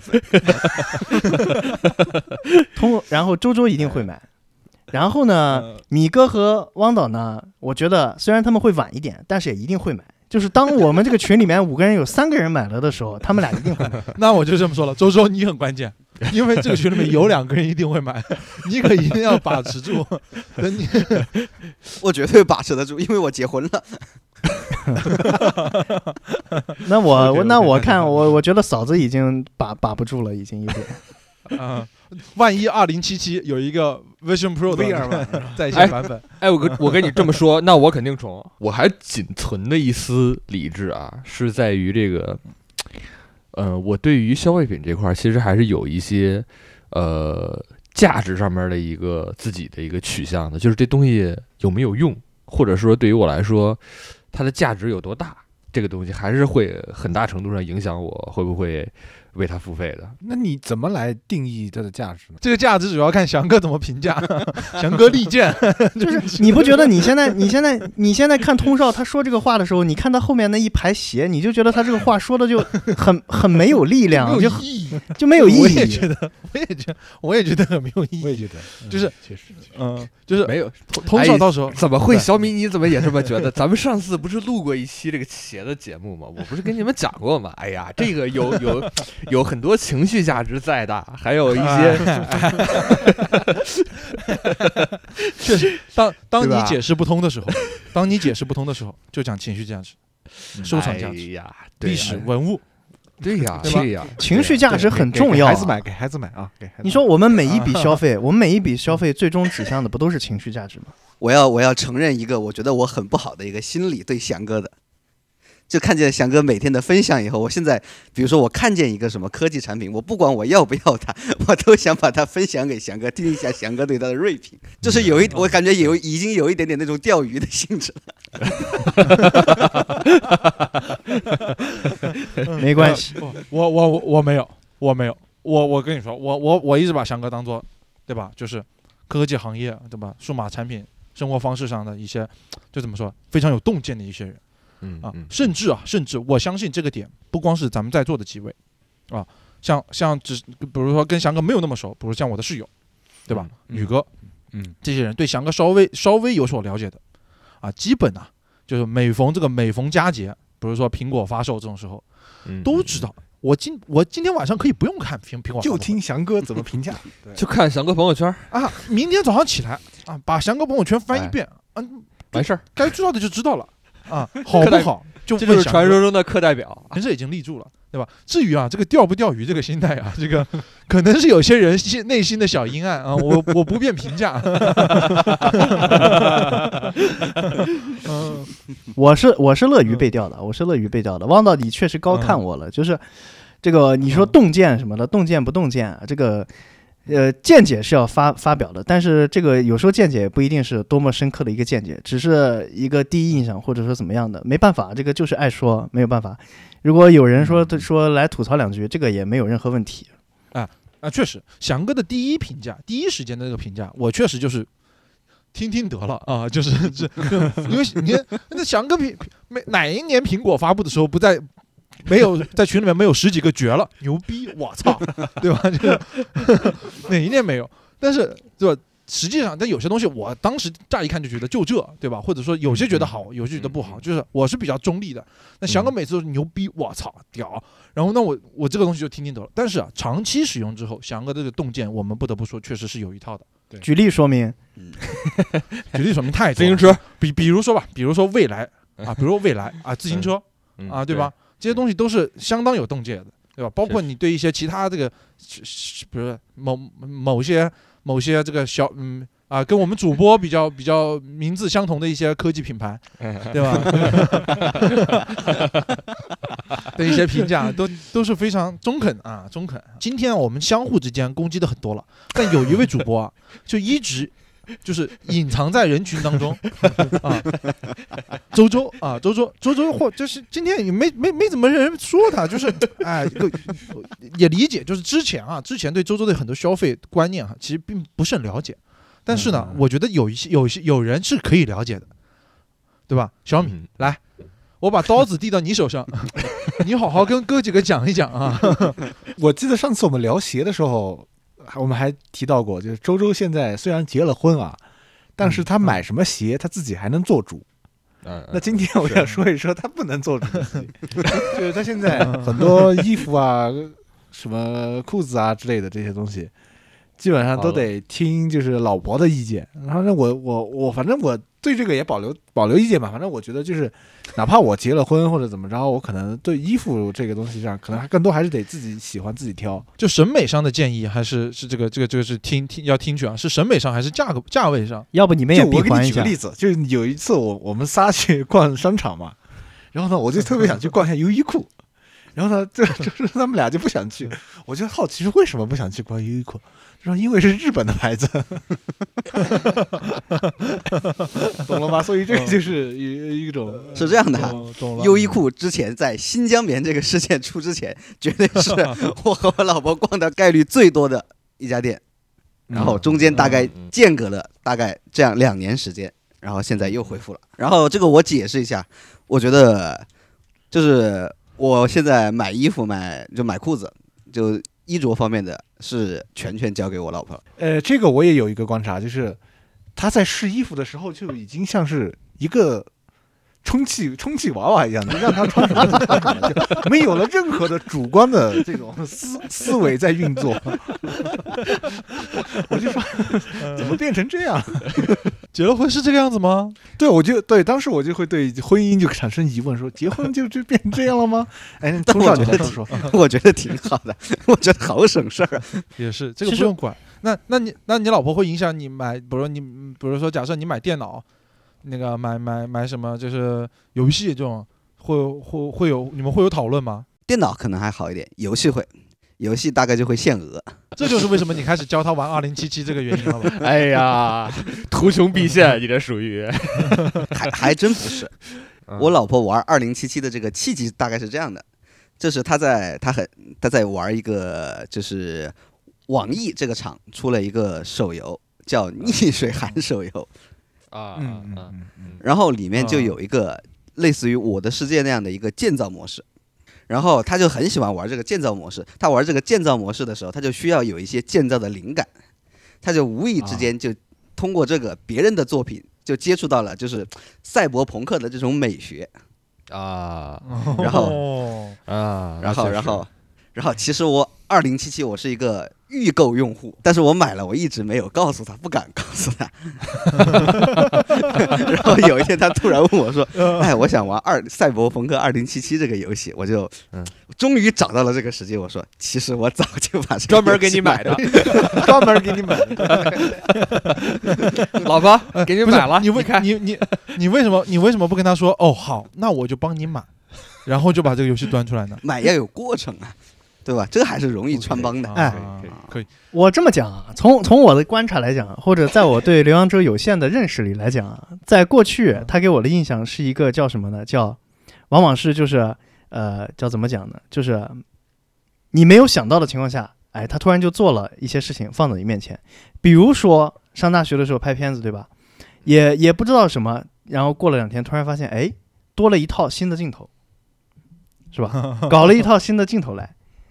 通，然后周周一定会买，然后呢，米哥和汪导呢，我觉得虽然他们会晚一点，但是也一定会买。就是当我们这个群里面五个人有三个人买了的时候，他们俩一定会买。 那我就这么说了，周周你很关键，因为这个群里面有两个人一定会买，你可一定要把持住。等你， 我绝对把持得住，因为我结婚了。 那我 okay, okay, 那我看我我觉得嫂子已经把把不住了，已经有点。 啊、嗯，万一二零七七有一个 Vision Pro 的在线版本， 哎，哎我跟我跟你这么说，那我肯定充。我还仅存的一丝理智啊，是在于这个，呃，我对于消费品这块其实还是有一些呃价值上面的一个自己的一个取向的，就是这东西有没有用，或者说对于我来说。它的价值有多大？这个东西还是会很大程度上影响我会不会为它付费的。 那你怎么来定义它的价值呢？ 这个价值主要看翔哥怎么评价。翔哥利剑， 就是你不觉得你现在你现在你现在看通少他说这个话的时候，你看他后面那一排鞋，你就觉得他这个话说的就很很没有力量， 没有意义， 就没有意义。 我也觉得，我也觉得，我也觉得很没有意义。 我也觉得， 就是确实， 嗯，就是没有通少到时候怎么会？小米你怎么也这么觉得？咱们上次不是录过一期这个鞋的节目吗？我不是跟你们讲过吗？哎呀，这个有有有很多情绪价值在的，还有一些， 确实，当当你解释不通的时候，当你解释不通的时候，就讲情绪价值、收藏价值、 哎呀、 历史文物。 对呀，对呀， 情绪价值很重要、啊。 给孩子买，给孩子买啊！给孩子买。 你说我们每一笔消费，我们每一笔消费最终指向的不都是情绪价值吗？ 我要我要承认一个我觉得我很不好的一个心理对翔哥的，就看见翔哥每天的分享以后，我现在比如说我看见一个什么科技产品，我不管我要不要它，我都想把它分享给翔哥，听一下翔哥对它的锐评，就是有一我感觉有已经有一点点那种钓鱼的性质了。 没关系， 我我我我没有，我没有，我我跟你说，我我我一直把翔哥当做，对吧？就是科技行业，对吧？数码产品、生活方式上的一些，就怎么说，非常有洞见的一些人。 嗯啊，甚至啊，甚至我相信这个点不光是咱们在座的几位，啊，像像只比如说跟翔哥没有那么熟，比如像我的室友，对吧？ 嗯、 宇哥， 嗯， 这些人对翔哥稍微稍微有所了解的，啊，基本啊就是每逢这个每逢佳节，比如说苹果发售这种时候， 嗯、 都知道。我今我今天晚上可以不用看苹苹果， 就听翔哥怎么评价， 就看翔哥朋友圈啊。明天早上起来啊，把翔哥朋友圈翻一遍， 哎、 啊， 完事儿， 该知道的就知道了啊，好不好？就这就是传说中的课代表， 人设已经立住了，对吧？至于啊，这个钓不钓鱼这个心态啊，这个可能是有些人内心的小阴暗啊，我我不便评价。 嗯，我是我是乐于被钓的，我是乐于被钓的。汪导，你确实高看我了，嗯、就是这个你说洞见什么的，洞见不洞见，这个。呃，见解是要发发表的，但是这个有时候见解不一定是多么深刻的一个见解，只是一个第一印象，或者说怎么样的，没办法，这个就是爱说，没有办法。如果有人说说来吐槽两句，这个也没有任何问题。 啊啊，确实，翔哥的第一评价，第一时间的那个评价，我确实就是听听得了啊，就是这，因为你看那翔哥苹没哪一年苹果发布的时候不在。没有在群里面没有十几个绝了，牛逼，我操，对吧？这个哪一年没有？ 但是对吧？实际上，但有些东西我当时乍一看就觉得就这，对吧？或者说有些觉得好，有些觉得不好，就是我是比较中立的。那翔哥每次都是牛逼，我操屌，然后那我我这个东西就听听得了。但是啊，长期使用之后，翔哥这个洞见，我们不得不说，确实是有一套的。 对， 举例说明， 举例说明太多自行车， 比比如说吧，比如说蔚来啊，比如说蔚来啊，自行车嗯啊，对吧？这些东西都是相当有洞见的，对吧？包括你对一些其他这个，比如某某些某些这个小嗯啊，跟我们主播比较比较名字相同的一些科技品牌，对吧？的一些评价都都是非常中肯啊，中肯。今天我们相互之间攻击的很多了，但有一位主播啊，就一直就是隐藏在人群当中啊，周周啊，周周周周或就是今天也没没没怎么人说他，就是哎，也理解，就是之前啊，之前对周周的很多消费观念哈、啊，其实并不是很了解，但是呢，我觉得有一些有些有人是可以了解的，对吧？小米， 嗯、 来，我把刀子递到你手上，你好好跟哥几个讲一讲啊。 我记得上次我们聊鞋的时候。我们还提到过，就是周周现在虽然结了婚啊，但是他买什么鞋他自己还能做主。 嗯， 那今天我想说一说他不能做主的事情，就是他现在很多衣服啊、什么裤子啊之类的这些东西，基本上都得听就是老婆的意见。然后呢，我我我反正我对这个也保留保留意见吧。反正我觉得就是，哪怕我结了婚或者怎么着，我可能对衣服这个东西上，可能更多还是得自己喜欢自己挑。 就审美上的建议，还是是这个这个这个是听听要听取啊？是审美上还是价格价位上？ 要不你们也闭环一下。 就我给你举个例子，就是有一次我我们仨去逛商场嘛，然后呢，我就特别想去逛一下优衣库，然后呢，这就是他们俩就不想去，我就好奇是为什么不想去逛优衣库。说因为是日本的牌子，懂了吗？所以这个就是一一种是这样的。 懂了。 优衣库之前在新疆棉这个事件出之前，绝对是我和我老婆逛的概率最多的一家店，然后中间大概间隔了大概这样两年时间，然后现在又恢复了。然后这个我解释一下，我觉得就是我现在买衣服买就买裤子就。衣着方面的是全权交给我老婆。 呃，这个我也有一个观察，就是她在试衣服的时候就已经像是一个充气充气娃娃一样的，让她穿什么就穿什么，就没有了任何的主观的这种思思维在运作。我就说，怎么变成这样？ 结了婚是这个样子吗？ 对，我就对，当时我就会对婚姻就产生疑问，说结婚就就变成这样了吗？哎， 但我觉得说， 我觉得挺好的，我觉得好省事儿。 也是，这个不用管。那那你那你老婆会影响你买，比如说你，比如说假设你买电脑，那个买买买什么，就是游戏这种，会会会有你们会有讨论吗？ 电脑可能还好一点，游戏会。游戏大概就会限额， 这就是为什么你开始教他玩二零七七这个原因了吧？ 哎呀，图穷匕见，你这属于， 还还真不是。我老婆玩二零七七的这个契机大概是这样的，就是她在她很她在玩一个就是网易这个厂出了一个手游叫《逆水寒》手游啊， 嗯嗯嗯，然后里面就有一个类似于《我的世界》那样的一个建造模式。然后他就很喜欢玩这个建造模式，他玩这个建造模式的时候，他就需要有一些建造的灵感，他就无意之间就通过这个别人的作品就接触到了就是赛博朋克的这种美学啊， 然后啊， 然后然后然后其实我二零七七我是一个预购用户，但是我买了，我一直没有告诉他，不敢告诉他。然后有一天他突然问我说：“哎，我想玩二赛博朋克二零七七这个游戏。”我就嗯，终于找到了这个时机。我说：“其实我早就把这个专门给你买的， 专门给你买的。 老婆给你买了， 你为看你你你为什么你为什么不跟他说？哦，好，那我就帮你买，然后就把这个游戏端出来呢？ 买要有过程啊。”对吧？这个还是容易穿帮的。 哎， 可以。 我这么讲啊，从从我的观察来讲，或者在我对刘洋洲有限的认识里来讲啊，在过去他给我的印象是一个叫什么呢？叫，往往是就是呃叫怎么讲呢？就是你没有想到的情况下，哎，他突然就做了一些事情放在你面前，比如说上大学的时候拍片子，对吧？也也不知道什么，然后过了两天，突然发现，哎，多了一套新的镜头，是吧？搞了一套新的镜头来。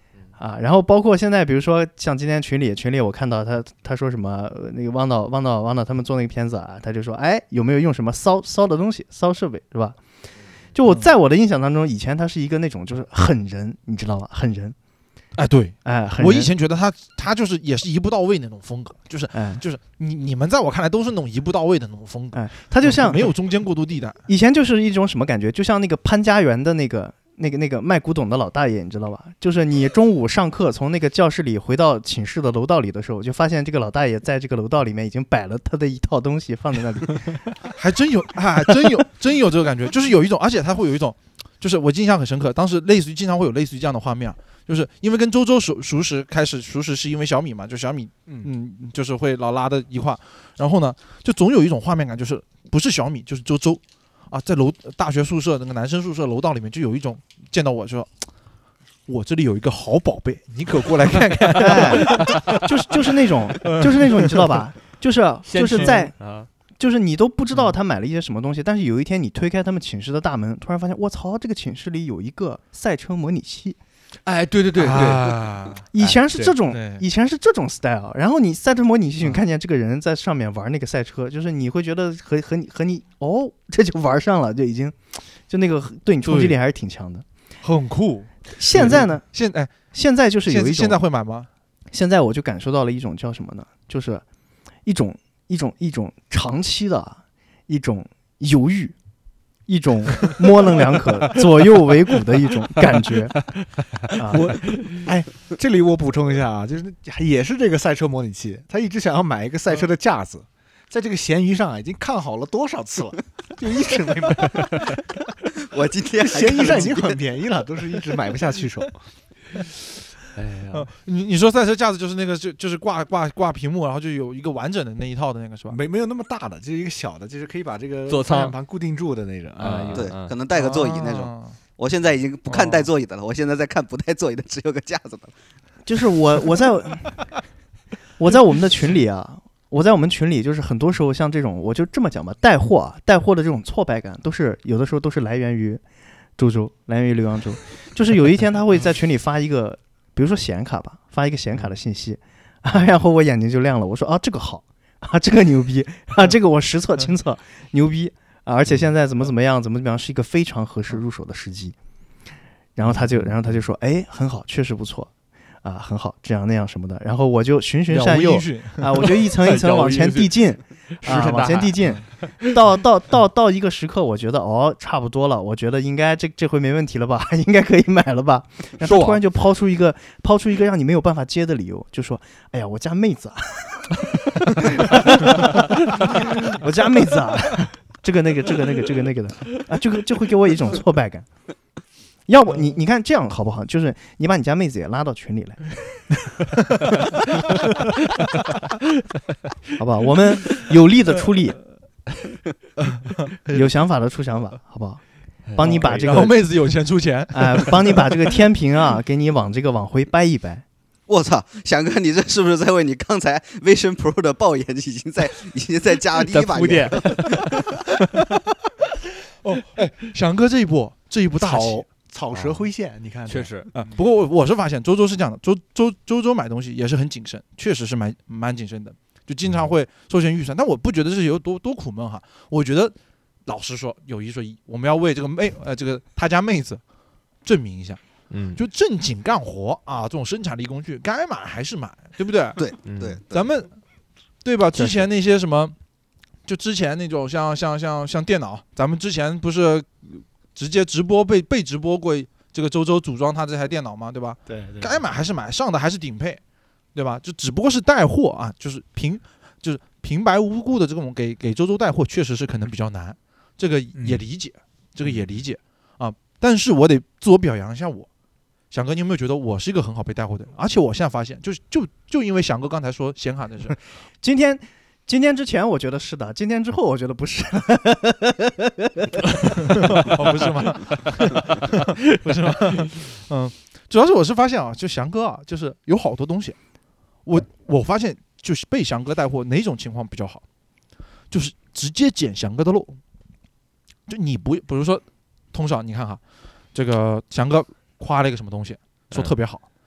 啊，然后包括现在，比如说像今天群里群里我看到他他说什么呃那个汪导汪导汪导他们做那个片子啊，他就说哎有没有用什么骚骚的东西骚设备是吧？就我在我的印象当中，以前他是一个那种就是狠人，你知道吗？狠人， 哎，对， 哎，狠人我以前觉得他他就是也是一步到位那种风格，就是哎就是你你们在我看来都是那种一步到位的那种风格， 哎，他就像没有中间过渡地带。 以前就是一种什么感觉，就像那个潘家园的那个。那个那个卖古董的老大爷，你知道吧？就是你中午上课从那个教室里回到寝室的楼道里的时候，就发现这个老大爷在这个楼道里面已经摆了他的一套东西放在那里， 还真有，还真有，真有这个感觉，就是有一种，而且他会有一种，就是我印象很深刻，当时类似于经常会有类似于这样的画面，就是因为跟周周熟熟识开始熟识是因为小米嘛，就小米，嗯，就是会老拉的一块，然后呢，就总有一种画面感，就是不是小米就是周周。啊，在楼大学宿舍那个男生宿舍楼道里面，就有一种见到我说，我这里有一个好宝贝，你可过来看看。 哎、就是就是那种就是那种你知道吧？就是就是在就是你都不知道他买了一些什么东西，但是有一天你推开他们寝室的大门，突然发现我操，这个寝室里有一个赛车模拟器。 哎，对对对对， 啊、 以前是这种， 哎、 以前是这种 style。然后你赛车模拟器，你看见这个人在上面玩那个赛车，就是你会觉得和和你和你哦，这就玩上了，就已经就那个对你冲击力还是挺强的， 很酷。 现在呢？ 现哎， 现在就是有一种， 现在会买吗？ 现在我就感受到了一种叫什么呢？就是一种一种一种长期的一种犹豫。一种模棱两可、左右为谷的一种感觉。啊、 我，哎，这里我补充一下啊，就是也是这个赛车模拟器，他一直想要买一个赛车的架子，在这个闲鱼上、啊、已经看好了多少次了，就一直没买。 我今天闲鱼上已经很便宜了，都是一直买不下去手。 哎呀， 呃、你你说赛车架子就是那个就就是挂挂挂屏幕，然后就有一个完整的那一套的那个是吧？ 没没有那么大的，就是一个小的，就是可以把这个座舱盘固定住的那种啊。 对， 嗯、 可能带个座椅那种。 啊、 我现在已经不看带座椅的了，哦、我现在在看不带座椅的，只有个架子的。 就是我我在我在我们的群里啊，我在我们群里就是很多时候像这种，我就这么讲吧，带货啊，带货的这种挫败感，都是有的时候都是来源于周周，来源于刘洋周。就是有一天他会在群里发一个。比如说显卡吧，发一个显卡的信息，啊、然后我眼睛就亮了，我说啊这个好啊，这个牛逼啊，这个我实测亲测牛逼啊，而且现在怎么怎么样怎么怎么样是一个非常合适入手的时机。然后他就然后他就说哎很好，确实不错啊，很好这样那样什么的。然后我就循循善诱啊，我就一层一层往前递进啊，往前递进，到到到到一个时刻，我觉得哦差不多了，我觉得应该这这回没问题了吧，应该可以买了吧。然后他突然就抛出一个抛出一个让你没有办法接的理由，就说哎呀我家妹子啊，我家妹子啊，这个那个这个那个这个那个的啊，这个就会给我一种挫败感。要不你你看这样好不好？就是你把你家妹子也拉到群里来，好不好？我们有力的出力，有想法的出想法，好不好？帮你把这个， 然后妹子有钱出钱， 哎、呃，帮你把这个天平啊，给你往这个往回掰一掰。 我操，翔哥，你这是不是在为你刚才 Vision Pro 的爆言已经在已经在加第一把铺垫？ 哦，哎，翔哥这一波这一波大棋。 草蛇灰线，你看， 确实啊、嗯。不过我我是发现周周是这样的，周周周周买东西也是很谨慎，确实是蛮蛮谨慎的，就经常会受限预算。但我不觉得这是有多多苦闷哈，我觉得老实说，有一说一，我们要为这个妹呃这个他家妹子证明一下， 嗯， 就正经干活啊，这种生产力工具该买还是买，对不对？ 对嗯、 对， 咱们对吧？之前那些什么，就之前那种像像像像电脑，咱们之前不是。直接直播被被直播过这个周周组装他这台电脑嘛，对吧？ 对，对该买还是买，上的还是顶配，对吧？就只不过是带货啊，就是平就是平白无故的这种给给周周带货，确实是可能比较难，这个也理解，嗯、这个也理解啊。但是我得自我表扬一下我，翔哥，你有没有觉得我是一个很好被带货的人？而且我现在发现，就就就因为翔哥刚才说显卡的事， 今天。今天之前我觉得是的，今天之后我觉得不是。 哦，不是吗？不是吗？嗯，主要是我是发现啊，就翔哥啊，就是有好多东西，我我发现就是被翔哥带货哪种情况比较好，就是直接捡翔哥的漏。就你不，比如说通少，你看哈，这个翔哥夸了一个什么东西，说特别好，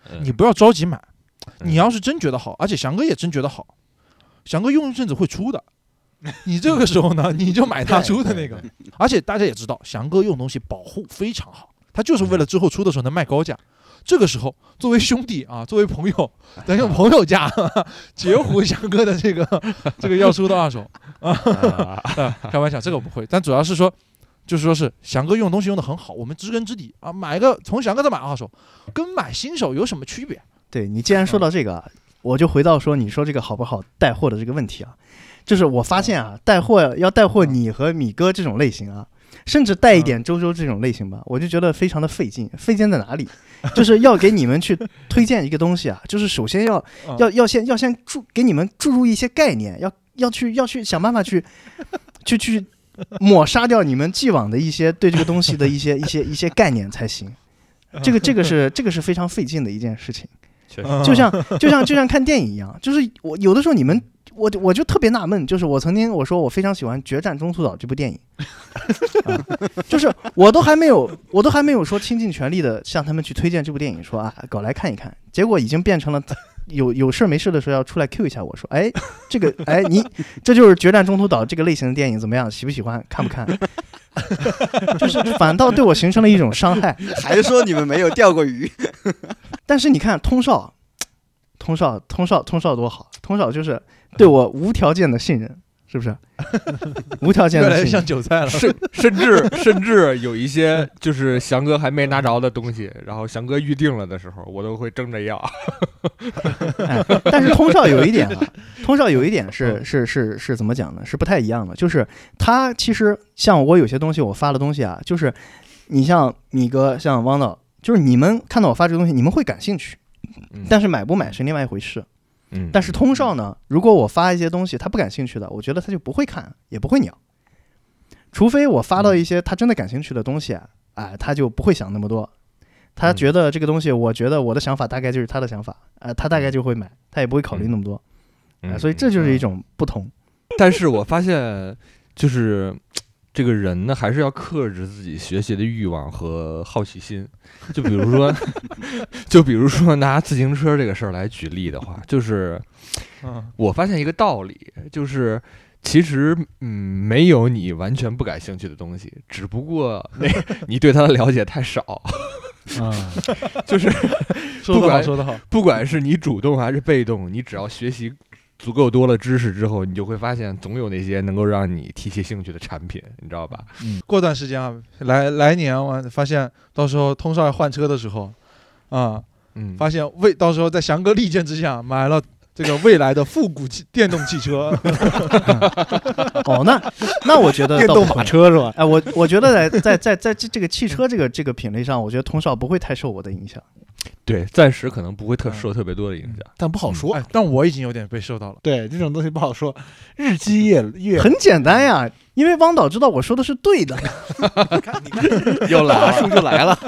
嗯你不要着急买， 嗯你要是真觉得好，而且翔哥也真觉得好，翔哥用一阵子会出的。你这个时候呢，你就买他出的那个，而且大家也知道，翔哥用东西保护非常好，他就是为了之后出的时候能卖高价。这个时候，作为兄弟啊，作为朋友，咱用朋友价截胡翔哥的这个这个要出的二手啊，开玩笑，这个不会，但主要是说，就是说是翔哥用东西用的很好，我们知根知底啊，买个从翔哥这买二手，跟买新手有什么区别？ 对你既然说到这个啊，我就回到说你说这个好不好带货的这个问题啊，就是我发现啊，带货要带货你和米哥这种类型啊，甚至带一点周周这种类型吧，我就觉得非常的费劲。费劲在哪里？就是要给你们去推荐一个东西啊，就是首先要要要先要先注给你们注入一些概念，要要去要去想办法去去去抹杀掉你们既往的一些对这个东西的一些一些一些概念才行。这个这个是这个是非常费劲的一件事情。 确实， 就像就像就像看电影一样，就是我有的时候你们我我就特别纳闷，就是我曾经我说我非常喜欢《决战中途岛》这部电影，啊，就是我都还没有我都还没有说倾尽全力的向他们去推荐这部电影，说啊搞来看一看，结果已经变成了有有事没事的时候要出来 Q 一下我说，哎这个哎你这就是《决战中途岛》这个类型的电影怎么样，喜不喜欢，看不看？就是反倒对我形成了一种伤害。 还说你们没有钓过鱼？ 但是你看通少，通少，通少，通少多好，通少就是对我无条件的信任，是不是？无条件越来越的信任。 像韭菜了。 甚甚至甚至有一些就是翔哥还没拿着的东西，然后翔哥预定了的时候，我都会争着要。 哎，但是通少有一点啊，通少有一点是是是是怎么讲呢？是不太一样的，就是他其实像我有些东西我发的东西啊，就是你像米哥，像汪导，就是你们看到我发这个东西，你们会感兴趣， 嗯但是买不买是另外一回事。 嗯， 但是通少呢，如果我发一些东西他不感兴趣的，我觉得他就不会看，也不会鸟。除非我发到一些他真的感兴趣的东西啊，哎，他就不会想那么多。他觉得这个东西，我觉得我的想法大概就是他的想法，呃，他大概就会买，他也不会考虑那么多， 嗯呃、所以这就是一种不同。 但是我发现，就是这个人呢，还是要克制自己学习的欲望和好奇心。就比如说，就比如说拿自行车这个事儿来举例的话，就是我发现一个道理，就是其实嗯，没有你完全不感兴趣的东西，只不过那你对它的了解太少。 啊， 就是说得好， 不管说得好。 不管是你主动还是被动，你只要学习足够多的知识之后，你就会发现总有那些能够让你提起兴趣的产品，你知道吧？ 嗯，过段时间啊，来来年我发现到时候通少要换车的时候，啊， 嗯， 发现未到时候在翔哥力荐之下买了这个未来的复古汽电动汽车。 哦，那那我觉得电动马车是吧？ 哎，我我觉得在在在在这这个汽车这个这个品类上，我觉得通少不会太受我的影响。 对，暂时可能不会特嗯受特别多的影响。 但不好说。 哎，但我已经有点被受到了。 对，这种东西不好说，日积月月。 很简单呀，因为汪导知道我说的是对的。 你看，你看， 又来大叔就来了。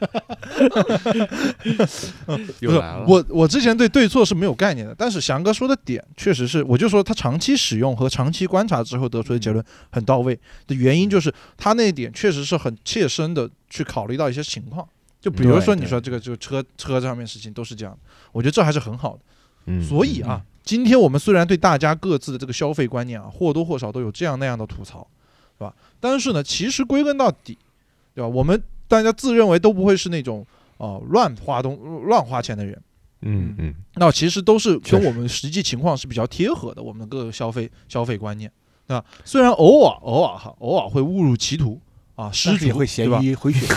又来了。 我我之前对对错是没有概念的，但是翔哥说的点确实是，我就说他长期使用和长期观察之后得出的结论很到位的原因，就是他那一点确实是很切身的去考虑到一些情况。就比如说你说这个这个车车上面事情都是这样的，我觉得这还是很好的。 嗯， 所以啊，今天我们虽然对大家各自的这个消费观念啊或多或少都有这样那样的吐槽，是吧？但是呢，其实归根到底，对吧？我们大家自认为都不会是那种哦、呃、乱花东乱花钱的人， 嗯嗯， 那其实都是确实跟我们实际情况是比较贴合的，我们的各个消费消费观念，对吧？虽然偶尔偶尔哈偶尔会误入歧途啊，失但是也足会咸对吧？ 鱼回血。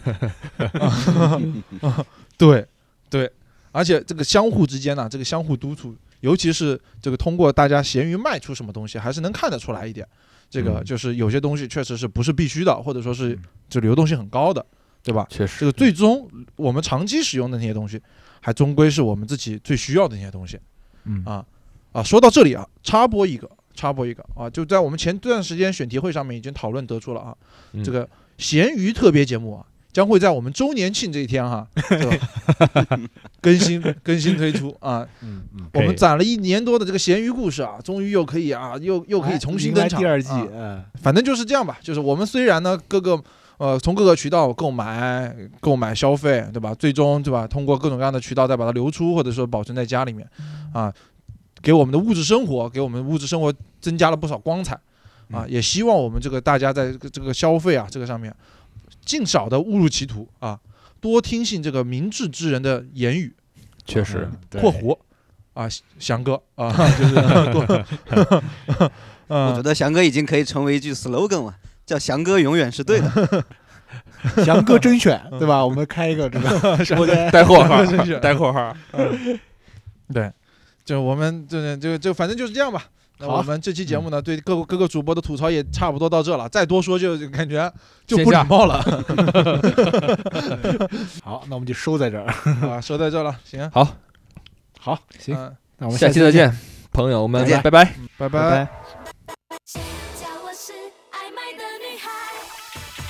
对对，而且这个相互之间呢、这个相互督促，尤其是这个通过大家闲鱼卖出什么东西，还是能看得出来一点。这个嗯就是有些东西确实是不是必须的，或者说是就流动性很高的，对吧？ 确实， 这个最终我们长期使用的那些东西，还终归是我们自己最需要的那些东西。 嗯啊啊，说到这里啊，插播一个，插播一个啊，就在我们前段时间选题会上面已经讨论得出了啊， 嗯这个闲鱼特别节目啊，将会在我们周年庆这一天哈、对吧更新更新推出啊。 嗯嗯， 我们攒了一年多的这个闲鱼故事啊，终于又可以啊，又又可以重新登场。 哎迎来第二季。 啊嗯， 反正就是这样吧，就是我们虽然呢各个呃，从各个渠道购买、购买消费，对吧？最终对吧？通过各种各样的渠道再把它流出，或者说保存在家里面，啊，给我们的物质生活，给我们物质生活增加了不少光彩，啊，也希望我们这个大家在这个这个消费啊这个上面，尽少的误入歧途啊，多听信这个明智之人的言语。 确实， 括弧啊，翔哥啊，就是我觉得翔哥已经可以成为一句 slogan 了，叫翔哥永远是对的。 翔哥甄选，对吧？我们开一个这个直播间， 带货号，带货号。 对，就我们这就就反正就是这样吧。那我们这期节目呢，对各各个主播的吐槽也差不多到这了，再多说就感觉就不礼貌了。 好，那我们就收在这儿啊，收在这儿了，行， 好， 好，行， 嗯那我们下期再见，朋友们，拜拜， 拜拜拜。 叫我是爱买的女孩。